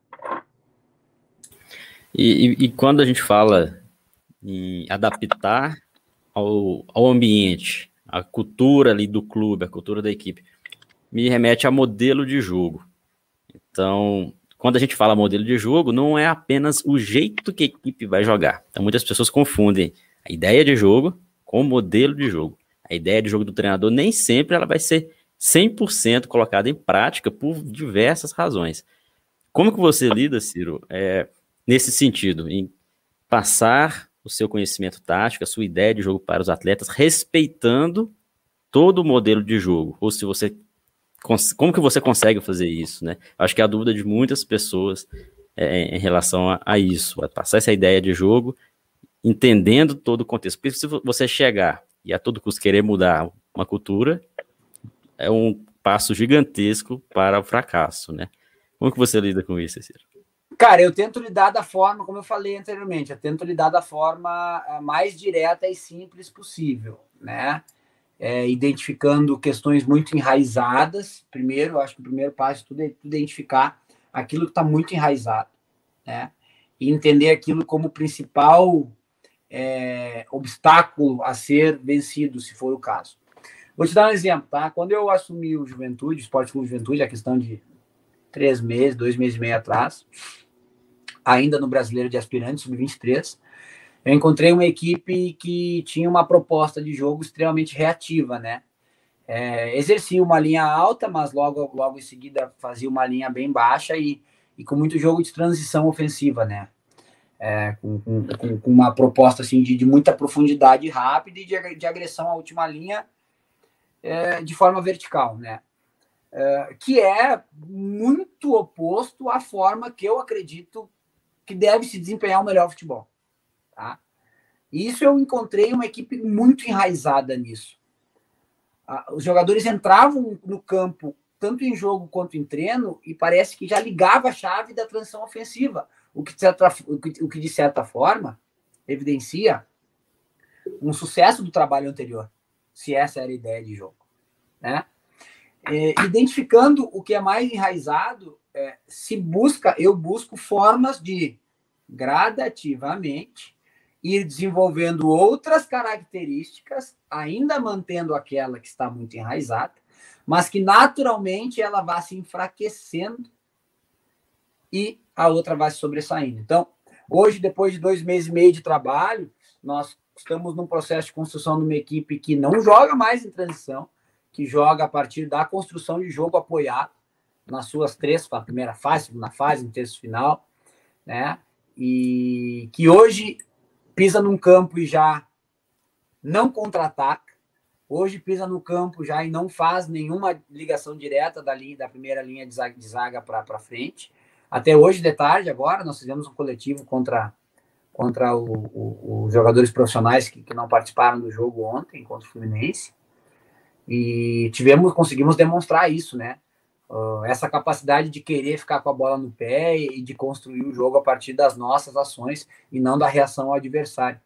E, e, e quando a gente fala em adaptar ao, ao ambiente, a cultura ali do clube, a cultura da equipe, me remete a modelo de jogo. Então, quando a gente fala modelo de jogo, não é apenas o jeito que a equipe vai jogar. Então, muitas pessoas confundem a ideia de jogo com o modelo de jogo. A ideia de jogo do treinador nem sempre ela vai ser cem por cento colocada em prática por diversas razões. Como que você lida, Ciro, é, nesse sentido, em passar o seu conhecimento tático, a sua ideia de jogo para os atletas, respeitando todo o modelo de jogo? Ou se você, como que você consegue fazer isso, né? Acho que é a dúvida de muitas pessoas é, em relação a, a isso, a passar essa ideia de jogo, entendendo todo o contexto. Porque se você chegar e a todo custo querer mudar uma cultura, é um passo gigantesco para o fracasso, né? Como que você lida com isso, Ciro? Cara, eu tento lidar da forma, como eu falei anteriormente, eu tento lidar da forma mais direta e simples possível, né? É, identificando questões muito enraizadas. Primeiro, eu acho que o primeiro passo de tudo é identificar aquilo que está muito enraizado, né? E entender aquilo como principal é, obstáculo a ser vencido, se for o caso. Vou te dar um exemplo, tá? Quando eu assumi o Juventude, o Esporte Clube Juventude, a questão de três meses, dois meses e meio atrás, ainda no Brasileiro de Aspirantes, sub vinte e três, eu encontrei uma equipe que tinha uma proposta de jogo extremamente reativa, né? É, exercia uma linha alta, mas logo, logo em seguida fazia uma linha bem baixa e, e com muito jogo de transição ofensiva, né? É, com, com, com uma proposta assim, de, de muita profundidade rápida e de, de agressão à última linha é, de forma vertical, né? É, que é muito oposto à forma que eu acredito que deve se desempenhar o melhor futebol. Tá? E isso eu encontrei uma equipe muito enraizada nisso. Os jogadores entravam no campo, tanto em jogo quanto em treino, e parece que já ligava a chave da transição ofensiva, o que, de certa, o que, o que de certa forma evidencia um sucesso do trabalho anterior, se essa era a ideia de jogo. Né? É, identificando o que é mais enraizado, é, se busca, eu busco formas de gradativamente ir desenvolvendo outras características, ainda mantendo aquela que está muito enraizada, mas que naturalmente ela vai se enfraquecendo e a outra vai se sobressaindo. Então, hoje, depois de dois meses e meio de trabalho, nós estamos num processo de construção de uma equipe que não joga mais em transição, que joga a partir da construção de jogo apoiado nas suas três, a primeira fase, segunda fase, no terço final, né? E que hoje pisa num campo e já não contra-ataca, hoje pisa no campo já e não faz nenhuma ligação direta da, linha, da primeira linha de zaga, de zaga para frente. Até hoje, de tarde, agora, nós fizemos um coletivo contra, contra o, o, os jogadores profissionais que, que não participaram do jogo ontem, contra o Fluminense, e tivemos, conseguimos demonstrar isso, né? Uh, essa capacidade de querer ficar com a bola no pé e de construir o jogo a partir das nossas ações e não da reação ao adversário.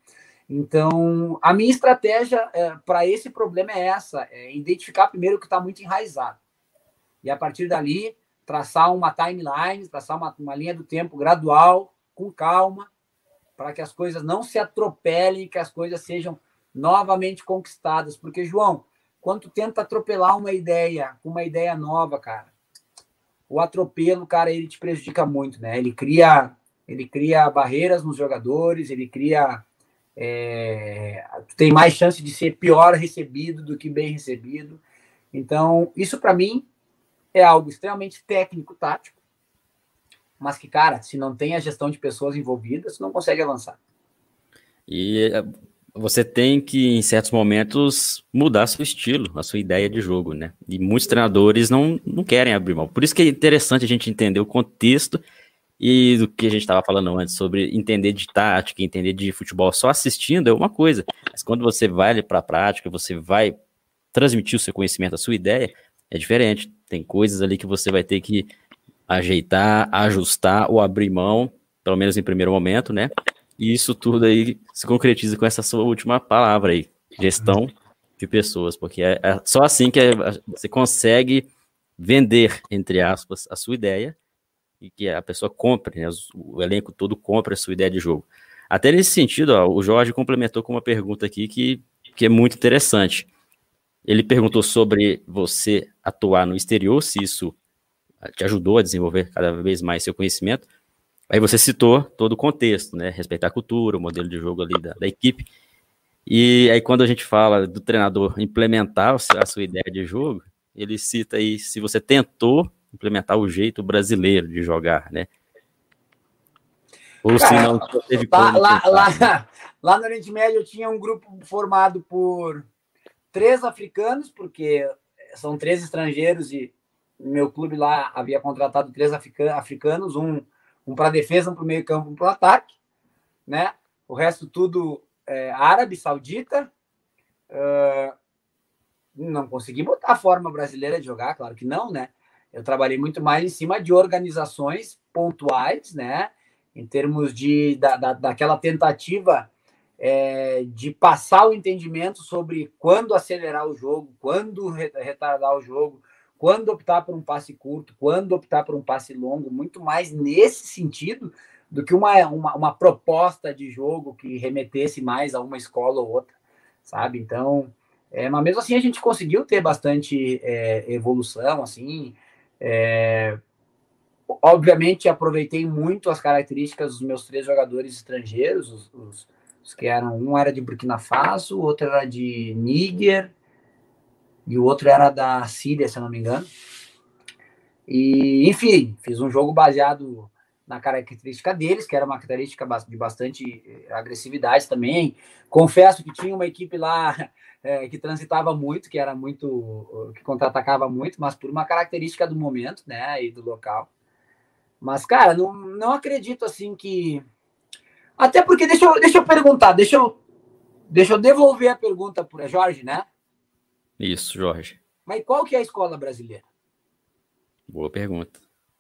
Então, a minha estratégia é, para esse problema é essa, é identificar primeiro o que está muito enraizado. E, a partir dali, traçar uma timeline, traçar uma, uma linha do tempo gradual, com calma, para que as coisas não se atropelem, que as coisas sejam novamente conquistadas. Porque, João, quando tu tenta atropelar uma ideia, uma ideia nova, cara, o atropelo, cara, ele te prejudica muito, né? Ele cria, ele cria barreiras nos jogadores, ele cria... É, tem mais chance de ser pior recebido do que bem recebido. Então, isso para mim é algo extremamente técnico, tático, mas que, cara, se não tem a gestão de pessoas envolvidas, não consegue avançar. E você tem que, em certos momentos, mudar seu estilo, a sua ideia de jogo, né? E muitos treinadores não, não querem abrir mão. Por isso que é interessante a gente entender o contexto e do que a gente estava falando antes, sobre entender de tática, entender de futebol só assistindo é uma coisa. Mas quando você vai para a prática, você vai transmitir o seu conhecimento, a sua ideia, é diferente. Tem coisas ali que você vai ter que ajeitar, ajustar ou abrir mão, pelo menos em primeiro momento, né? E isso tudo aí se concretiza com essa sua última palavra aí, gestão de pessoas, porque é, é só assim que é, você consegue vender, entre aspas, a sua ideia e que a pessoa compre, né, o elenco todo compre a sua ideia de jogo. Até nesse sentido, ó, o Jorge complementou com uma pergunta aqui que, que é muito interessante. Ele perguntou sobre você atuar no exterior, se isso te ajudou a desenvolver cada vez mais seu conhecimento. Aí você citou todo o contexto, né? Respeitar a cultura, o modelo de jogo ali da, da equipe. E aí quando a gente fala do treinador implementar a sua ideia de jogo, ele cita aí se você tentou implementar o jeito brasileiro de jogar, né? Ou se não teve como lá, tentar, lá, né? Lá no Oriente Médio eu tinha um grupo formado por três africanos, porque são três estrangeiros e meu clube lá havia contratado três africanos, um, um para defesa, um para o meio campo, um para o ataque, né? O resto tudo é, árabe, saudita. Uh, não consegui botar a forma brasileira de jogar, claro que não, né? Eu trabalhei muito mais em cima de organizações pontuais, né? Em termos de, da, da, daquela tentativa é, de passar o entendimento sobre quando acelerar o jogo, quando retardar o jogo, quando optar por um passe curto, quando optar por um passe longo, muito mais nesse sentido do que uma, uma, uma proposta de jogo que remetesse mais a uma escola ou outra, sabe? Então, é, mas mesmo assim a gente conseguiu ter bastante é, evolução, assim, é, obviamente aproveitei muito as características dos meus três jogadores estrangeiros, os, os, os que eram, um era de Burkina Faso, o outro era de Níger, e o outro era da Síria, se eu não me engano. E, enfim, fiz um jogo baseado na característica deles, que era uma característica de bastante agressividade também. Confesso que tinha uma equipe lá é, que transitava muito, que era muito, que contra-atacava muito, mas por uma característica do momento, né, e do local. Mas, cara, não, não acredito assim que... Até porque, deixa eu, deixa eu perguntar, deixa eu, deixa eu devolver a pergunta para Jorge, né? Isso, Jorge. Mas qual que é a escola brasileira? Boa pergunta.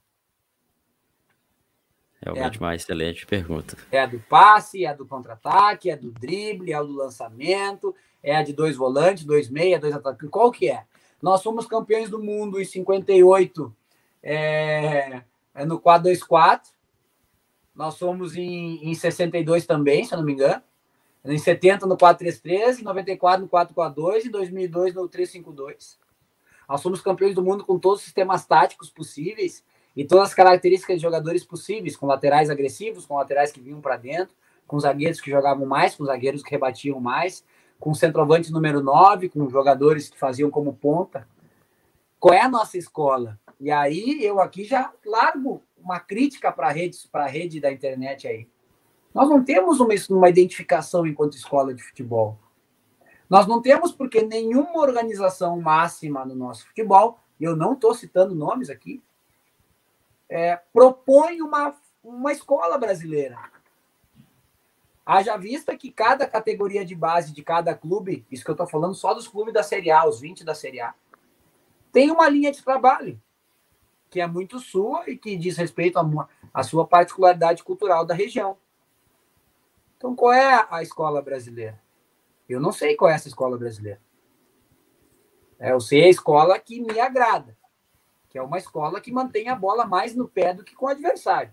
Realmente é do, uma excelente pergunta. É a do passe, é a do contra-ataque, é a do drible, é a do lançamento, é a de dois volantes, dois meia, dois atacantes. Qual que é? Nós fomos campeões do mundo em cinquenta e oito, é, é no quatro dois quatro. Nós fomos em, em sessenta e dois também, se eu não me engano. Em setenta no quatro três três, em noventa e quatro no quatro quatro dois, em dois mil e dois no três cinco dois. Nós somos campeões do mundo com todos os sistemas táticos possíveis e todas as características de jogadores possíveis, com laterais agressivos, com laterais que vinham para dentro, com zagueiros que jogavam mais, com zagueiros que rebatiam mais, com centroavante número nove, com jogadores que faziam como ponta. Qual é a nossa escola? E aí eu aqui já largo uma crítica para a rede, para a rede da internet aí. Nós não temos uma, uma identificação enquanto escola de futebol. Nós não temos porque nenhuma organização máxima no nosso futebol, e eu não estou citando nomes aqui, é, propõe uma, uma escola brasileira. Haja vista que cada categoria de base de cada clube, isso que eu estou falando só dos clubes da Série A, os vinte da Série A, tem uma linha de trabalho que é muito sua e que diz respeito à sua particularidade cultural da região. Então, qual é a escola brasileira? Eu não sei qual é essa escola brasileira. É, eu sei a escola que me agrada, que é uma escola que mantém a bola mais no pé do que com o adversário.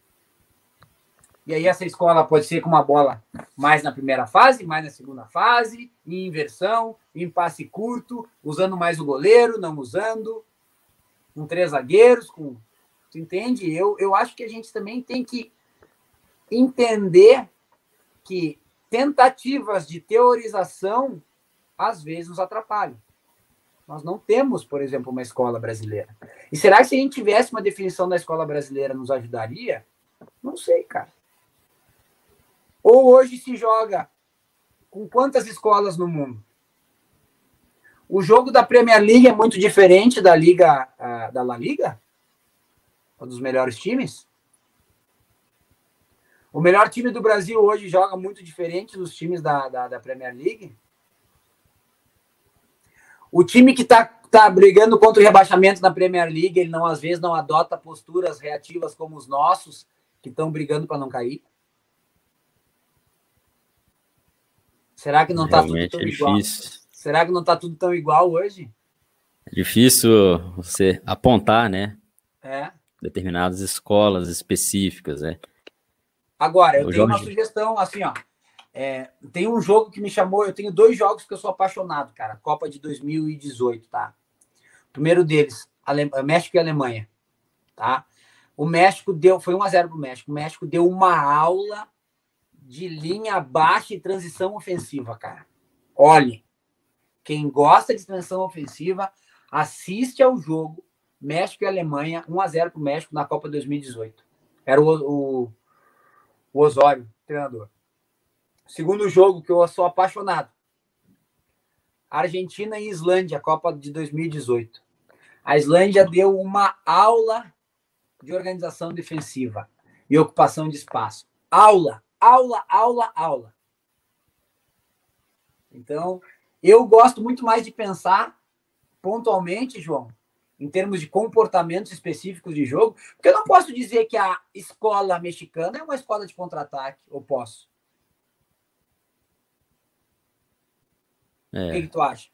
E aí essa escola pode ser com uma bola mais na primeira fase, mais na segunda fase, em inversão, em passe curto, usando mais o goleiro, não usando, com três zagueiros, com... Tu entende? Eu, eu acho que a gente também tem que entender que tentativas de teorização às vezes nos atrapalham. Nós não temos, por exemplo, uma escola brasileira. E será que se a gente tivesse uma definição da escola brasileira nos ajudaria? Não sei, cara. Ou hoje se joga com quantas escolas no mundo? O jogo da Premier League é muito diferente da Liga, uh, da La Liga? Ou dos melhores times? O melhor time do Brasil hoje joga muito diferente dos times da, da, da Premier League? O time que está tá brigando contra o rebaixamento na Premier League, ele não, às vezes não adota posturas reativas como os nossos, que estão brigando para não cair? Será que não está tudo tão é igual? difícil. Será que não está tudo tão igual hoje? É difícil você apontar, né? É. Determinadas escolas específicas, né? Agora, eu o tenho Jorge... uma sugestão, assim, ó. É, tem um jogo que me chamou, eu tenho dois jogos que eu sou apaixonado, cara. Copa de dois mil e dezoito, tá? O primeiro deles, Ale... México e Alemanha, tá? O México deu, foi um a zero pro México. O México deu uma aula de linha baixa e transição ofensiva, cara. Olhe, quem gosta de transição ofensiva, assiste ao jogo México e Alemanha, um a zero pro México na Copa dois mil e dezoito. Era o, o, o Osório, treinador. Segundo jogo que eu sou apaixonado. Argentina e Islândia, Copa de dois mil e dezoito. A Islândia deu uma aula de organização defensiva e ocupação de espaço. Aula, aula, aula, aula. Então, eu gosto muito mais de pensar pontualmente, João, em termos de comportamentos específicos de jogo, porque eu não posso dizer que a escola mexicana é uma escola de contra-ataque, ou posso? É. O que, que tu acha?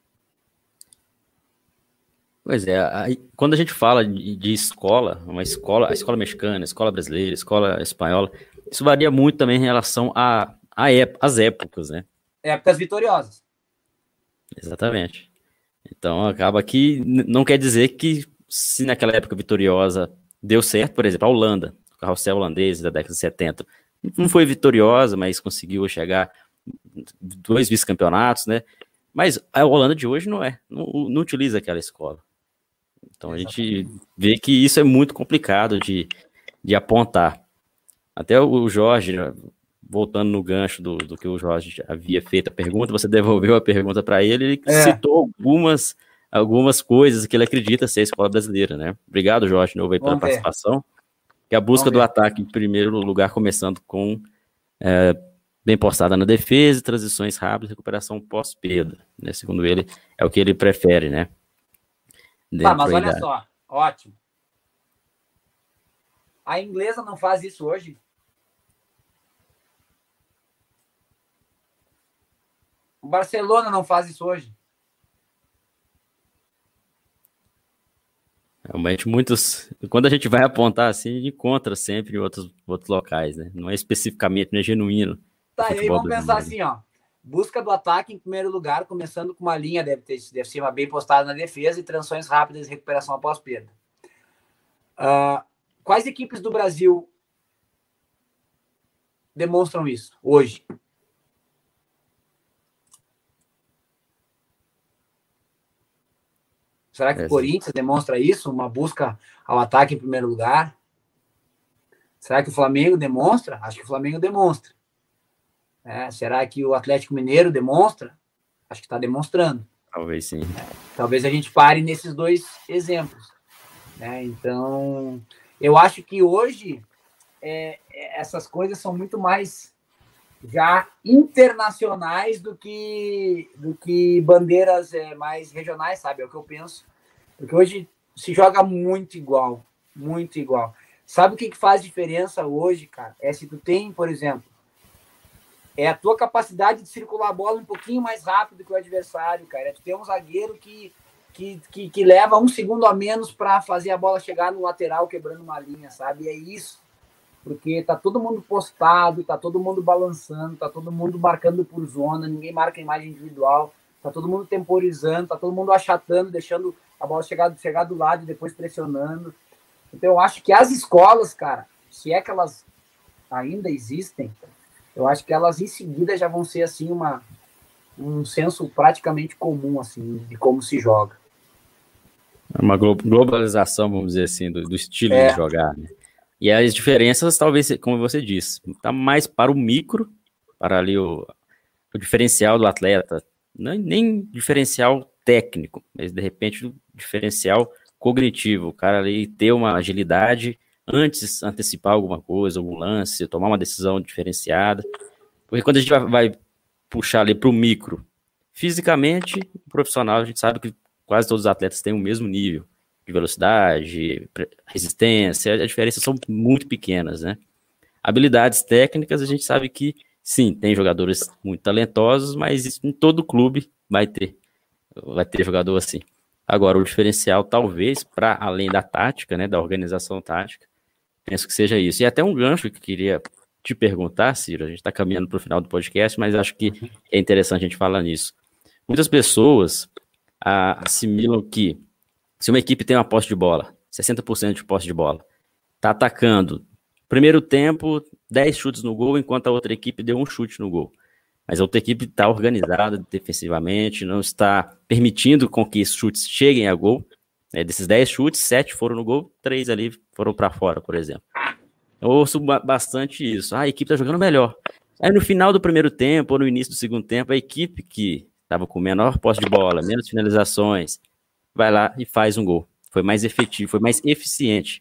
Pois é, aí, quando a gente fala de, de escola, uma escola, a escola mexicana, a escola brasileira, a escola espanhola, isso varia muito também em relação a, a ép- às épocas, né? Épocas vitoriosas. Exatamente. Então, acaba que n- não quer dizer que se naquela época vitoriosa deu certo, por exemplo, a Holanda, o carrossel holandês da década de setenta, não foi vitoriosa, mas conseguiu chegar dois vice-campeonatos, né? Mas a Holanda de hoje não é, não, não utiliza aquela escola. Então a gente vê que isso é muito complicado de, de apontar. Até o Jorge, voltando no gancho do, do que o Jorge havia feito a pergunta, você devolveu a pergunta para ele, ele é. citou algumas, algumas coisas que ele acredita ser a escola brasileira, né? Obrigado, Jorge, de novo aí pela Vamos participação. Que a busca do ataque, em primeiro lugar, começando com é, bem postada na defesa, transições rápidas, recuperação pós-perda, né? Segundo ele, é o que ele prefere, né? Tá, mas olha da... só, ótimo. A inglesa não faz isso hoje? O Barcelona não faz isso hoje? Realmente, muitos... Quando a gente vai apontar assim, encontra sempre em outros, outros locais, né? Não é especificamente, não é genuíno. Tá, e aí vamos pensar assim, ó. Busca do ataque em primeiro lugar, começando com uma linha, deve, ter, deve ser uma bem postada na defesa e transições rápidas e recuperação após perda. Uh, quais equipes do Brasil demonstram isso hoje? Será que é, o Corinthians sim. demonstra isso? Uma busca ao ataque em primeiro lugar? Será que o Flamengo demonstra? Acho que o Flamengo demonstra. É, será que o Atlético Mineiro demonstra? Acho que está demonstrando. Talvez sim. É, talvez a gente pare nesses dois exemplos. Né? Então, eu acho que hoje é, essas coisas são muito mais já internacionais do que, do que bandeiras é, mais regionais, sabe? É o que eu penso. Porque hoje se joga muito igual, muito igual. Sabe o que, que faz diferença hoje, cara? É se tu tem, por exemplo, é a tua capacidade de circular a bola um pouquinho mais rápido que o adversário, cara. É tu ter um zagueiro que, que, que, que leva um segundo a menos para fazer a bola chegar no lateral, quebrando uma linha, sabe? E é isso. Porque tá todo mundo postado, tá todo mundo balançando, tá todo mundo marcando por zona, ninguém marca imagem individual, tá todo mundo temporizando, tá todo mundo achatando, deixando a bola chegar, chegar do lado e depois pressionando. Então eu acho que as escolas, cara, se é que elas ainda existem, eu acho que elas em seguida já vão ser assim uma, um senso praticamente comum assim de como se joga. Uma globalização, vamos dizer assim, do, do estilo é. de jogar, né? E as diferenças, talvez, como você disse, está mais para o micro, para ali o, o diferencial do atleta, nem, nem diferencial técnico, mas de repente o diferencial cognitivo, o cara ali ter uma agilidade antes antecipar alguma coisa, algum lance, tomar uma decisão diferenciada, porque quando a gente vai, vai puxar ali para o micro, fisicamente, o profissional, a gente sabe que quase todos os atletas têm o mesmo nível de velocidade, resistência, as diferenças são muito pequenas, né? Habilidades técnicas, a gente sabe que, sim, tem jogadores muito talentosos, mas isso em todo clube vai ter, vai ter jogador assim. Agora, o diferencial, talvez, para além da tática, né, da organização tática, penso que seja isso. E até um gancho que eu queria te perguntar, Ciro, a gente está caminhando para o final do podcast, mas acho que é interessante a gente falar nisso. Muitas pessoas ah, assimilam que se uma equipe tem uma posse de bola, sessenta por cento de posse de bola, tá atacando, primeiro tempo, dez chutes no gol, enquanto a outra equipe deu um chute no gol. Mas a outra equipe está organizada defensivamente, não está permitindo com que esses chutes cheguem a gol. É, desses dez chutes, sete foram no gol, três ali foram para fora, por exemplo. Eu ouço bastante isso. Ah, a equipe está jogando melhor. Aí no final do primeiro tempo, ou no início do segundo tempo, a equipe que estava com menor posse de bola, menos finalizações, vai lá e faz um gol. Foi mais efetivo, foi mais eficiente.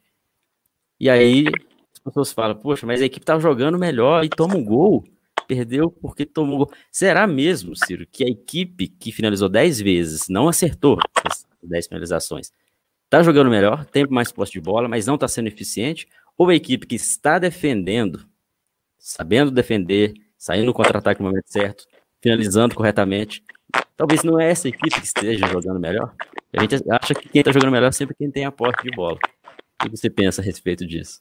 E aí as pessoas falam, poxa, mas a equipe estava jogando melhor e toma um gol. Perdeu porque tomou um gol. Será mesmo, Ciro, que a equipe que finalizou dez vezes não acertou as dez finalizações? Está jogando melhor, tem mais posse de bola, mas não está sendo eficiente? Ou a equipe que está defendendo, sabendo defender, saindo no contra-ataque no momento certo, finalizando corretamente, talvez não é essa equipe que esteja jogando melhor? A gente acha que quem está jogando melhor é sempre quem tem a posse de bola. O que você pensa a respeito disso?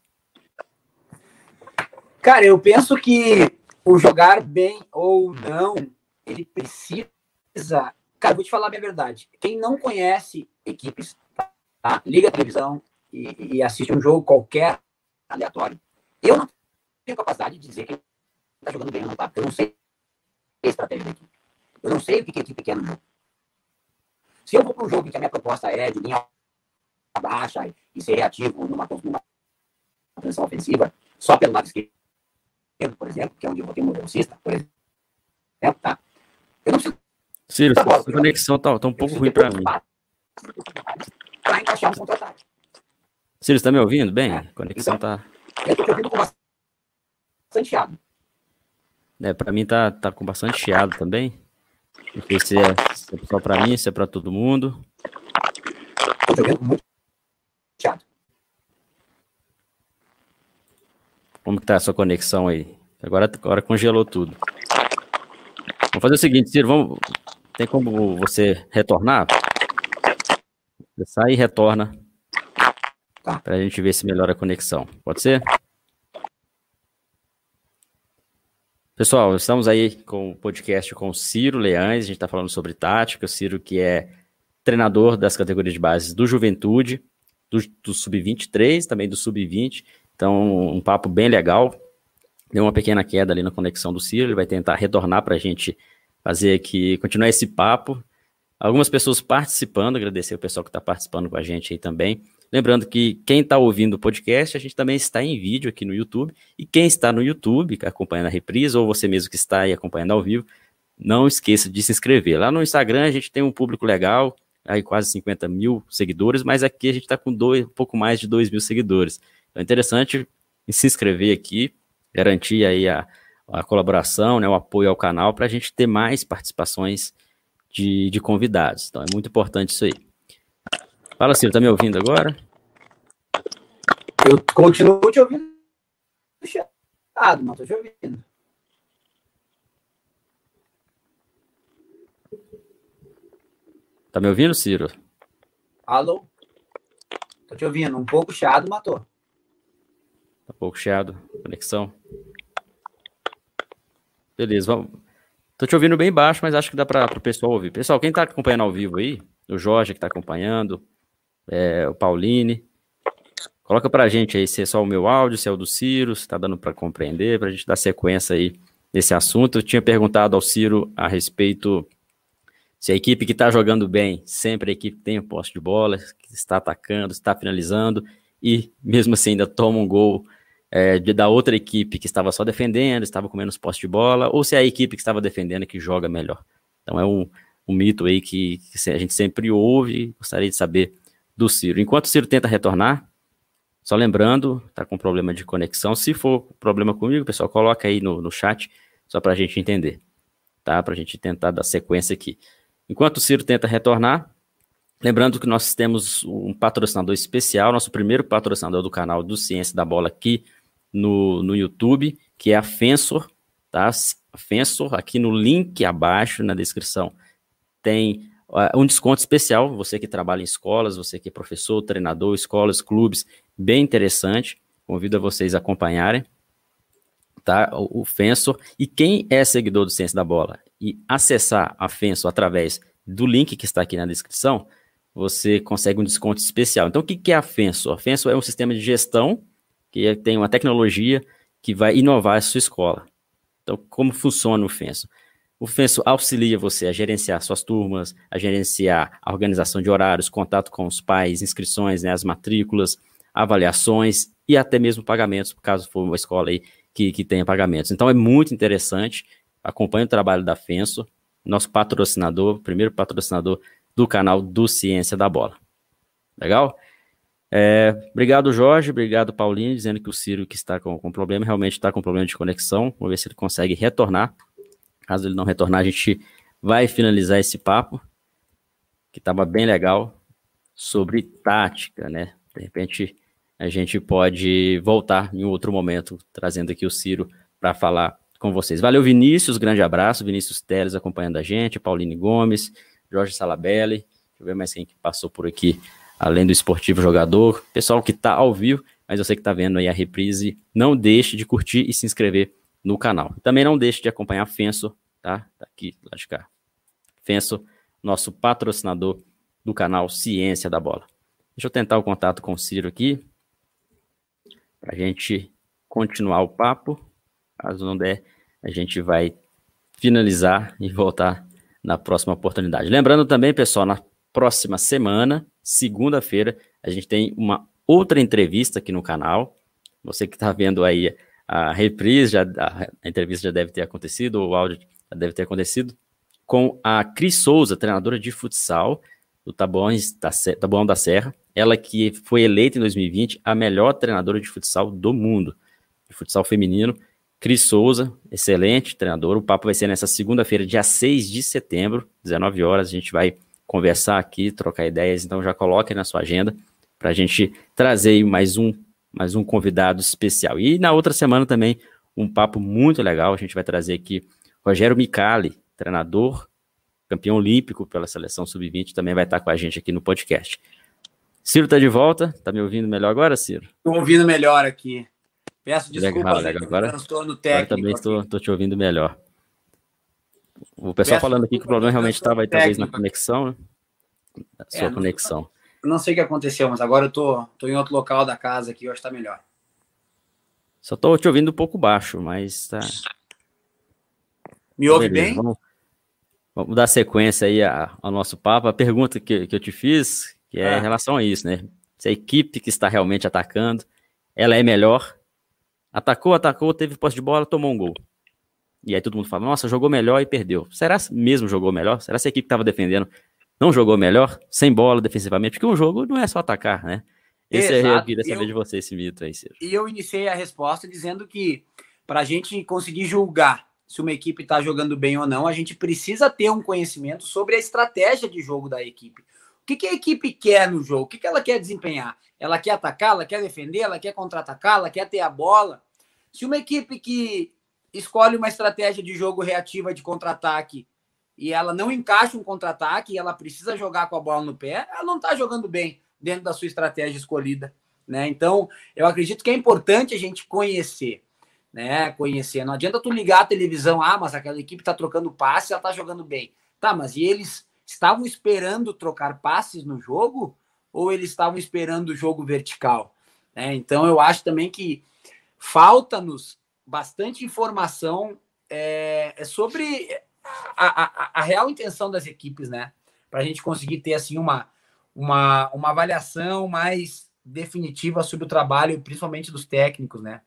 Cara, eu penso que o jogar bem ou não, ele precisa... Cara, vou te falar a minha verdade. Quem não conhece equipes, tá? Liga a televisão e, e assiste um jogo qualquer aleatório. Eu não tenho capacidade de dizer que está jogando bem ou não tá, porque eu não sei a estratégia da equipe. Eu não sei o que a equipe quer no jogo. Se eu vou para um jogo em que a minha proposta é de linha baixa e ser reativo numa, numa transição ofensiva, só pelo lado esquerdo, por exemplo, que é onde eu vou ter um velocista, por exemplo, tá? Eu não preciso... Ciro, a bola, conexão tá, tá um pouco ruim para mim. Para encaixar um contra-ataque. Ciro, você tá me ouvindo bem? A conexão então, tá... Eu tô te ouvindo com bastante chiado. É, para mim tá, tá com bastante chiado também. Não sei se é, se é só para mim, se é para todo mundo. Tô te ouvindo muito chiado. Como que tá a sua conexão aí? Agora, agora congelou tudo. Vamos fazer o seguinte, Ciro, vamos... tem como você retornar? Você sai e retorna para a gente ver se melhora a conexão. Pode ser? Pessoal, estamos aí com o podcast com o Ciro Leães, a gente está falando sobre tática, o Ciro que é treinador das categorias de base do Juventude, do, do sub vinte e três, também do sub vinte, então um papo bem legal. Deu uma pequena queda ali na conexão do Ciro, ele vai tentar retornar para a gente fazer aqui, continuar esse papo. Algumas pessoas participando, agradecer o pessoal que está participando com a gente aí também. Lembrando que quem está ouvindo o podcast, a gente também está em vídeo aqui no YouTube. E quem está no YouTube, acompanhando a reprise, ou você mesmo que está aí acompanhando ao vivo, não esqueça de se inscrever. Lá no Instagram a gente tem um público legal, aí quase cinquenta mil seguidores, mas aqui a gente está com dois, um pouco mais de dois mil seguidores. Então é interessante se inscrever aqui, garantir aí a, a colaboração, né, o apoio ao canal, para a gente ter mais participações de, de convidados. Então é muito importante isso aí. Fala, Ciro, tá me ouvindo agora? Eu continuo te ouvindo chiado, mas tô te ouvindo. Tá me ouvindo, Ciro? Alô? Tô te ouvindo. Um pouco chiado, matou. Tá um pouco chiado. Conexão. Beleza, vamos. Tô te ouvindo bem baixo, mas acho que dá para o pessoal ouvir. Pessoal, quem tá acompanhando ao vivo aí, o Jorge que tá acompanhando, é, o Pauline, coloca pra gente aí se é só o meu áudio, se é o do Ciro, se tá dando para compreender, pra gente dar sequência aí nesse assunto. Eu tinha perguntado ao Ciro a respeito se a equipe que está jogando bem, sempre a equipe tem o posse de bola, que está atacando, está finalizando, e mesmo assim ainda toma um gol é, de, da outra equipe que estava só defendendo, estava com menos posse de bola, ou se é a equipe que estava defendendo que joga melhor. Então é um, um mito aí que, que a gente sempre ouve e gostaria de saber do Ciro. Enquanto o Ciro tenta retornar, só lembrando, está com problema de conexão, se for problema comigo, pessoal, coloca aí no, no chat, só para a gente entender, tá? Para a gente tentar dar sequência aqui. Enquanto o Ciro tenta retornar, lembrando que nós temos um patrocinador especial, nosso primeiro patrocinador do canal do Ciência da Bola aqui no, no YouTube, que é a Fensor, tá? A Fensor, aqui no link abaixo, na descrição, tem uh, um desconto especial, você que trabalha em escolas, você que é professor, treinador, escolas, clubes, bem interessante, convido a vocês a acompanharem, tá? O, o Fensor, e quem é seguidor do Ciência da Bola e acessar a Fensor através do link que está aqui na descrição, você consegue um desconto especial. Então, o que é a Fensor? A Fensor é um sistema de gestão que tem uma tecnologia que vai inovar a sua escola. Então, como funciona o Fensor? O Fensor auxilia você a gerenciar suas turmas, a gerenciar a organização de horários, contato com os pais, inscrições, né, as matrículas, avaliações e até mesmo pagamentos, caso for uma escola aí que, que tenha pagamentos. Então, é muito interessante. Acompanhe o trabalho da Fensor, nosso patrocinador, primeiro patrocinador do canal do Ciência da Bola. Legal? É, obrigado, Jorge, obrigado, Paulinho, dizendo que o Ciro que está com, com problema, realmente está com problema de conexão. Vamos ver se ele consegue retornar. Caso ele não retornar, a gente vai finalizar esse papo, que estava bem legal, sobre tática, né? De repente, a gente pode voltar em outro momento, trazendo aqui o Ciro para falar com vocês. Valeu, Vinícius, grande abraço. Vinícius Teles acompanhando a gente, Pauline Gomes, Jorge Salabelli, deixa eu ver mais quem que passou por aqui, além do Esportivo Jogador, pessoal que está ao vivo, mas você que está vendo aí a reprise, não deixe de curtir e se inscrever no canal. Também não deixe de acompanhar a Fensor, tá? Tá aqui, lá de cá. Fensor, nosso patrocinador do canal Ciência da Bola. Deixa eu tentar o contato com o Ciro aqui, para a gente continuar o papo. Caso não der, a gente vai finalizar e voltar na próxima oportunidade. Lembrando também, pessoal, na próxima semana, segunda-feira, a gente tem uma outra entrevista aqui no canal. Você que está vendo aí a reprise, já, a entrevista já deve ter acontecido, o áudio já deve ter acontecido, com a Cris Souza, treinadora de futsal do Taboão da, Taboão da Serra. Ela que foi eleita em dois mil e vinte a melhor treinadora de futsal do mundo, de futsal feminino. Cris Souza, excelente treinador. O papo vai ser nessa segunda-feira, dia seis de setembro, dezenove horas. A gente vai conversar aqui, trocar ideias. Então já coloque na sua agenda para a gente trazer mais um, mais um convidado especial. E na outra semana também, um papo muito legal. A gente vai trazer aqui Rogério Micali, treinador, campeão olímpico pela seleção sub vinte, também vai estar com a gente aqui no podcast. Ciro está de volta. Está me ouvindo melhor agora, Ciro? Estou ouvindo melhor aqui. Peço desculpa, legal, legal. Agora, transtorno agora técnico. também estou, estou te ouvindo melhor. O pessoal Peço falando aqui que o problema realmente estava aí, talvez, na técnico. conexão, né? A sua É, não- conexão. Eu não sei o que aconteceu, mas agora eu tô, tô em outro local da casa aqui, eu acho que tá melhor. Só estou te ouvindo um pouco baixo, mas tá. Me ouve Beleza, bem? Vamos, vamos dar sequência aí a- ao nosso papo. A pergunta que, que eu te fiz, que é Ah. em relação a isso, né? Se a equipe que está realmente atacando, ela é melhor. Atacou, atacou, teve posse de bola, tomou um gol. E aí todo mundo fala, nossa, jogou melhor e perdeu. Será mesmo jogou melhor? Será que a equipe que estava defendendo não jogou melhor? Sem bola, defensivamente? Porque um jogo não é só atacar, né? Esse é, eu Exato. queria saber Eu- de você, esse mito aí, Ciro. E eu iniciei a resposta dizendo que para a gente conseguir julgar se uma equipe está jogando bem ou não, a gente precisa ter um conhecimento sobre a estratégia de jogo da equipe. O que, que a equipe quer no jogo? O que, que ela quer desempenhar? Ela quer atacar? Ela quer defender? Ela quer contra-atacar? Ela quer ter a bola? Se uma equipe que escolhe uma estratégia de jogo reativa de contra-ataque e ela não encaixa um contra-ataque e ela precisa jogar com a bola no pé, ela não está jogando bem dentro da sua estratégia escolhida, né? Então, eu acredito que é importante a gente conhecer, né? Conhecer. Não adianta tu ligar a televisão, ah, mas aquela equipe está trocando passe, ela está jogando bem. Tá, mas e eles estavam esperando trocar passes no jogo ou eles estavam esperando o jogo vertical? É, então, eu acho também que falta-nos bastante informação é, é sobre a, a, a real intenção das equipes, né? Para a gente conseguir ter assim uma, uma, uma avaliação mais definitiva sobre o trabalho, principalmente dos técnicos, né?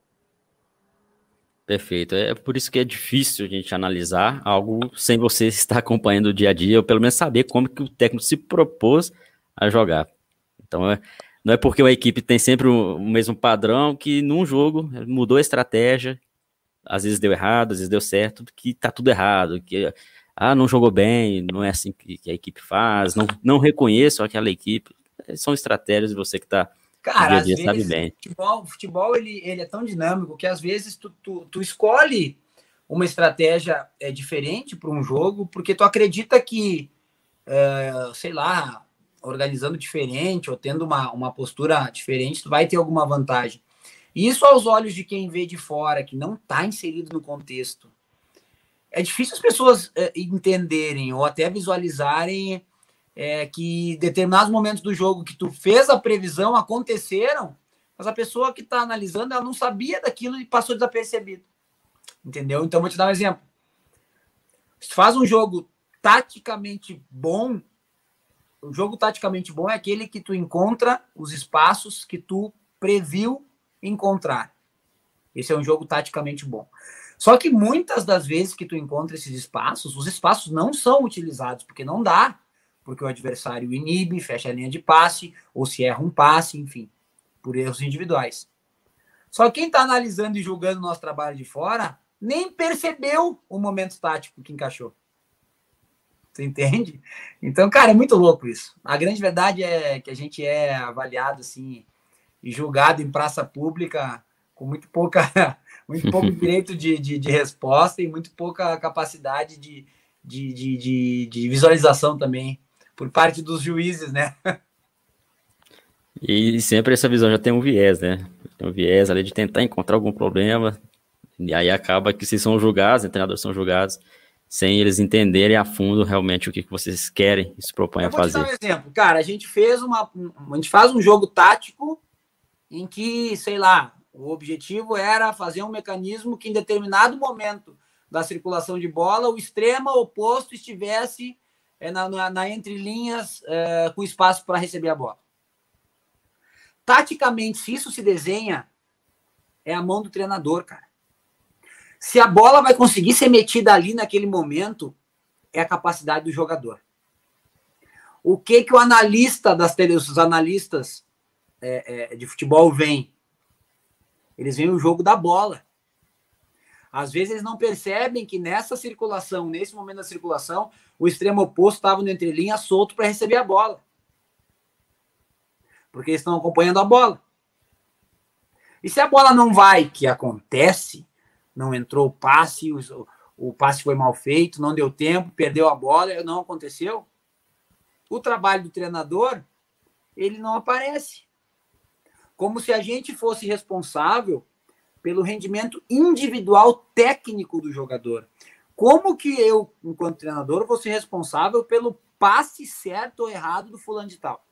Perfeito. É por isso que é difícil a gente analisar algo sem você estar acompanhando o dia a dia, ou pelo menos saber como que o técnico se propôs a jogar. Então, é, não é porque uma equipe tem sempre o, o mesmo padrão que num jogo mudou a estratégia, às vezes deu errado, às vezes deu certo, que tá tudo errado, que ah, não jogou bem, não é assim que, que a equipe faz, não, não reconheço aquela equipe. São estratégias e você que tá no Cara, dia a às dia sabe vezes bem. o futebol, o futebol ele, ele é tão dinâmico que às vezes tu, tu, tu escolhe uma estratégia é, diferente para um jogo, porque tu acredita que, é, sei lá, organizando diferente ou tendo uma, uma postura diferente, tu vai ter alguma vantagem. E isso aos olhos de quem vê de fora, que não está inserido no contexto. É difícil as pessoas é, entenderem ou até visualizarem é, que determinados momentos do jogo que tu fez a previsão aconteceram, mas a pessoa que está analisando, ela não sabia daquilo e passou desapercebido. Entendeu? Então, vou te dar um exemplo. Se tu faz um jogo taticamente bom, o jogo taticamente bom é aquele que tu encontra os espaços que tu previu encontrar. Esse é um jogo taticamente bom. Só que muitas das vezes que tu encontra esses espaços, os espaços não são utilizados, porque não dá, porque o adversário inibe, fecha a linha de passe, ou se erra um passe, enfim, por erros individuais. Só que quem está analisando e julgando o nosso trabalho de fora, nem percebeu o momento tático que encaixou. Você entende? Então, cara, é muito louco isso. A grande verdade é que a gente é avaliado assim e julgado em praça pública com muito pouca, muito pouco direito de, de, de resposta e muito pouca capacidade de, de, de, de, de visualização também por parte dos juízes, né? E sempre essa visão já tem um viés, né? Tem um viés ali de tentar encontrar algum problema, e aí acaba que se são julgados, os treinadores são julgados, sem eles entenderem a fundo realmente o que, que vocês querem e se propõem a fazer. Eu vou te dar um exemplo. Cara, a gente fez uma. A gente faz um jogo tático em que, sei lá, o objetivo era fazer um mecanismo que em determinado momento da circulação de bola, o extremo oposto estivesse é, na, na, na entrelinhas é, com espaço para receber a bola. Taticamente, se isso se desenha, é a mão do treinador, cara. Se a bola vai conseguir ser metida ali naquele momento, é a capacidade do jogador. O que que o analista das os analistas é, é, de futebol veem? Eles veem o jogo da bola. Às vezes eles não percebem que nessa circulação, nesse momento da circulação, o extremo oposto estava no entrelinha solto para receber a bola. Porque eles estão acompanhando a bola. E se a bola não vai, que acontece, não entrou o passe, o, o passe foi mal feito, não deu tempo, perdeu a bola, não aconteceu, o trabalho do treinador, ele não aparece. Como se a gente fosse responsável pelo rendimento individual técnico do jogador. Como que eu, enquanto treinador, vou ser responsável pelo passe certo ou errado do fulano de tal?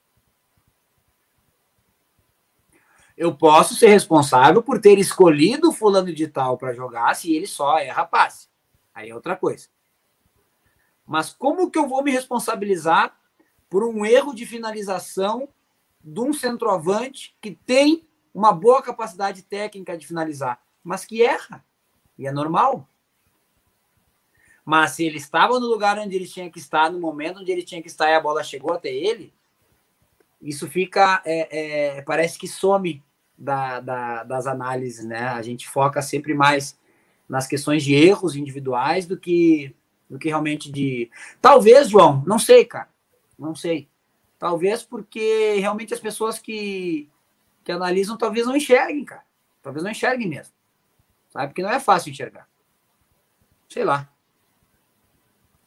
Eu posso ser responsável por ter escolhido o fulano de tal para jogar se ele só erra passe. Aí é outra coisa. Mas como que eu vou me responsabilizar por um erro de finalização de um centroavante que tem uma boa capacidade técnica de finalizar, mas que erra? E é normal. Mas se ele estava no lugar onde ele tinha que estar, no momento onde ele tinha que estar e a bola chegou até ele, isso fica, é, é, parece que some da, da, das análises, né? A gente foca sempre mais nas questões de erros individuais do que, do que realmente de... Talvez, João, não sei, cara, não sei. Talvez porque realmente as pessoas que, que analisam talvez não enxerguem, cara. Talvez não enxerguem mesmo. Sabe? Porque não é fácil enxergar. Sei lá.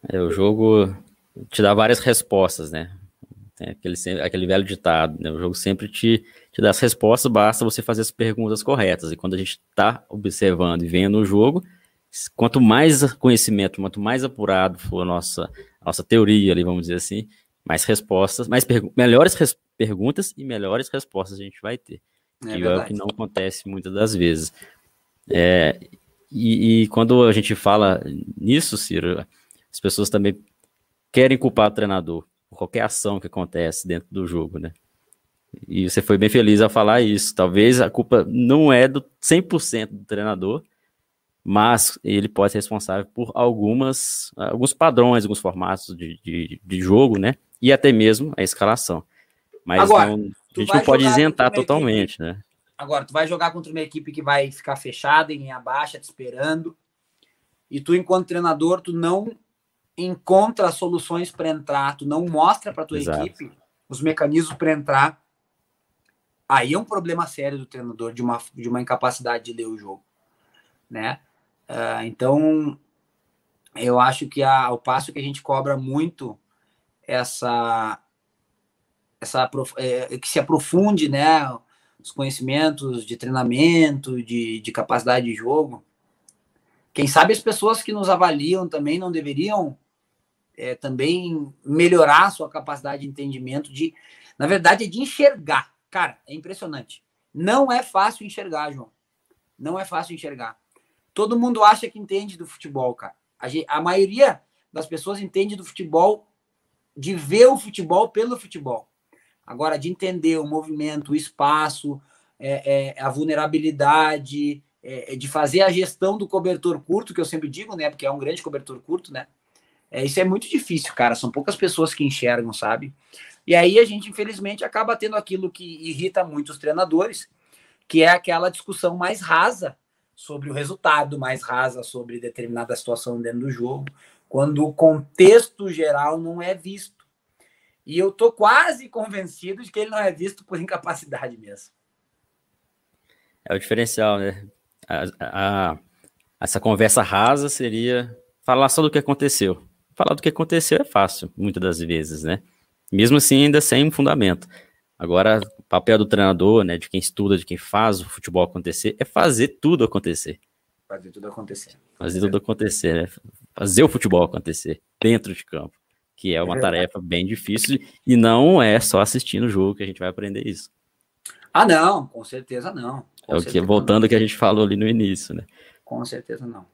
É, o jogo te dá várias respostas, né? Tem aquele, aquele velho ditado, né? O jogo sempre te, te dá as respostas, basta você fazer as perguntas corretas. E quando a gente está observando e vendo o jogo, quanto mais conhecimento, quanto mais apurado for a nossa, a nossa teoria ali, vamos dizer assim, mais respostas, mais pergu melhores res perguntas e melhores respostas a gente vai ter. É que verdade. é o que não acontece muitas das vezes. É, e, e quando a gente fala nisso, Ciro, as pessoas também querem culpar o treinador por qualquer ação que acontece dentro do jogo, né? E você foi bem feliz ao falar isso. Talvez a culpa não é do cem por cento do treinador, mas ele pode ser responsável por algumas, alguns padrões, alguns formatos de, de, de jogo, né? E até mesmo a escalação. Mas Agora, não, a tu gente não vai pode jogar contra isentar uma equipe, totalmente, né? agora, tu vai jogar contra uma equipe que vai ficar fechada em linha baixa, te esperando, e tu, enquanto treinador, tu não encontra soluções para entrar, tu não mostra para tua Exato. equipe os mecanismos para entrar, aí é um problema sério do treinador, de uma, de uma incapacidade de ler o jogo, né? Uh, então, eu acho que a, ao passo que a gente cobra muito essa, essa é, que se aprofunde, né, os conhecimentos de treinamento, de, de capacidade de jogo, quem sabe as pessoas que nos avaliam também não deveriam é, também melhorar a sua capacidade de entendimento, de, na verdade, é de enxergar. Cara, é impressionante. Não é fácil enxergar, João. Não é fácil enxergar. Todo mundo acha que entende do futebol, cara. A, gente, a maioria das pessoas entende do futebol, de ver o futebol pelo futebol. Agora, de entender o movimento, o espaço, é, é, a vulnerabilidade, é, de fazer a gestão do cobertor curto, que eu sempre digo, né? Porque é um grande cobertor curto, né? É, isso é muito difícil, cara. São poucas pessoas que enxergam, sabe? E aí a gente, infelizmente, acaba tendo aquilo que irrita muito os treinadores, que é aquela discussão mais rasa sobre o resultado, mais rasa sobre determinada situação dentro do jogo, quando o contexto geral não é visto. E eu tô quase convencido de que ele não é visto por incapacidade mesmo. É o diferencial, né? A, a, essa conversa rasa seria falar só do que aconteceu. Falar do que aconteceu é fácil, muitas das vezes, né? Mesmo assim, ainda sem um fundamento. Agora, o papel do treinador, né, de quem estuda, de quem faz o futebol acontecer, é fazer tudo acontecer. Fazer tudo acontecer. Fazer tudo acontecer, né? Fazer o futebol acontecer dentro de campo, que é uma é tarefa bem difícil e não é só assistindo o jogo que a gente vai aprender isso. Ah, não, com certeza não. Com é o que, voltando ao que a gente falou ali no início, né? Com certeza não.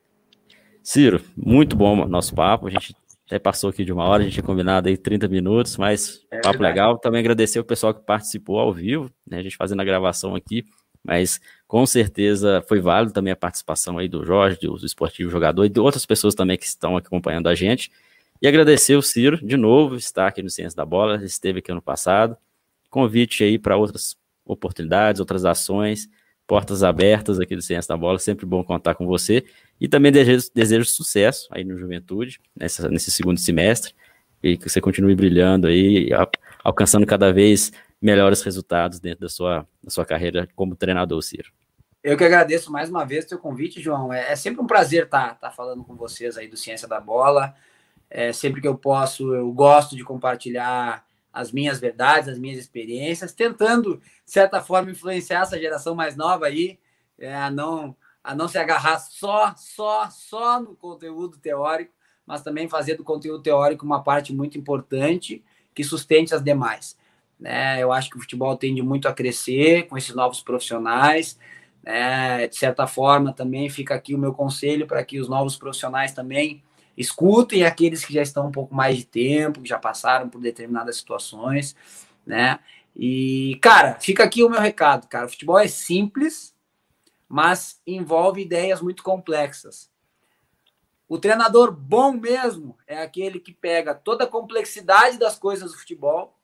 Ciro, muito bom o nosso papo, a gente até passou aqui de uma hora, a gente tinha combinado aí trinta minutos, mas é papo verdade. Legal. Também agradecer o pessoal que participou ao vivo, né, a gente fazendo a gravação aqui, mas com certeza foi válido também a participação aí do Jorge, do, do Esportivo Jogador e de outras pessoas também que estão acompanhando a gente. E agradecer o Ciro, de novo, estar aqui no Ciência da Bola, esteve aqui ano passado. Convite aí para outras oportunidades, outras ações, portas abertas aqui do Ciência da Bola, sempre bom contar com você. E também desejo, desejo sucesso aí no Juventude, nessa, nesse segundo semestre, e que você continue brilhando aí, alcançando cada vez melhores resultados dentro da sua, da sua carreira como treinador, Ciro. Eu que agradeço mais uma vez o seu convite, João. É, é sempre um prazer estar tá, tá falando com vocês aí do Ciência da Bola. É, sempre que eu posso, eu gosto de compartilhar as minhas verdades, as minhas experiências, tentando, de certa forma, influenciar essa geração mais nova aí, é, a, não, a não se agarrar só, só, só no conteúdo teórico, mas também fazer do conteúdo teórico uma parte muito importante que sustente as demais. Né? Eu acho que o futebol tende muito a crescer com esses novos profissionais. Né? De certa forma, também fica aqui o meu conselho para que os novos profissionais também escutem aqueles que já estão um pouco mais de tempo, que já passaram por determinadas situações, né? E, cara, fica aqui o meu recado, cara. O futebol é simples, mas envolve ideias muito complexas. O treinador bom mesmo é aquele que pega toda a complexidade das coisas do futebol,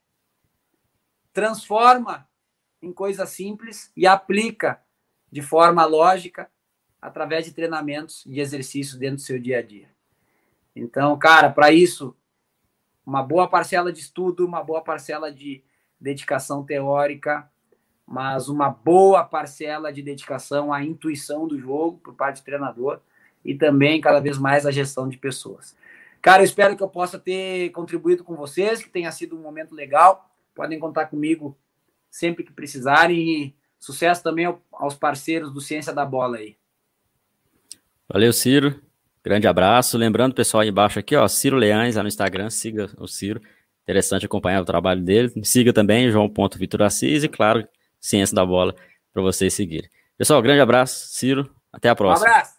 transforma em coisa simples e aplica de forma lógica através de treinamentos, de exercícios dentro do seu dia a dia. Então, cara, para isso, uma boa parcela de estudo, uma boa parcela de dedicação teórica, mas uma boa parcela de dedicação à intuição do jogo por parte do treinador e também, cada vez mais, à gestão de pessoas. Cara, eu espero que eu possa ter contribuído com vocês, que tenha sido um momento legal. Podem contar comigo sempre que precisarem. E sucesso também aos parceiros do Ciência da Bola aí. Valeu, Ciro. Grande abraço. Lembrando, pessoal, aí embaixo aqui, ó, Ciro Leães, lá no Instagram, siga o Ciro. Interessante acompanhar o trabalho dele. Siga também João Vitor Assis e, claro, Ciência da Bola, para vocês seguirem. Pessoal, grande abraço, Ciro. Até a próxima. Um abraço.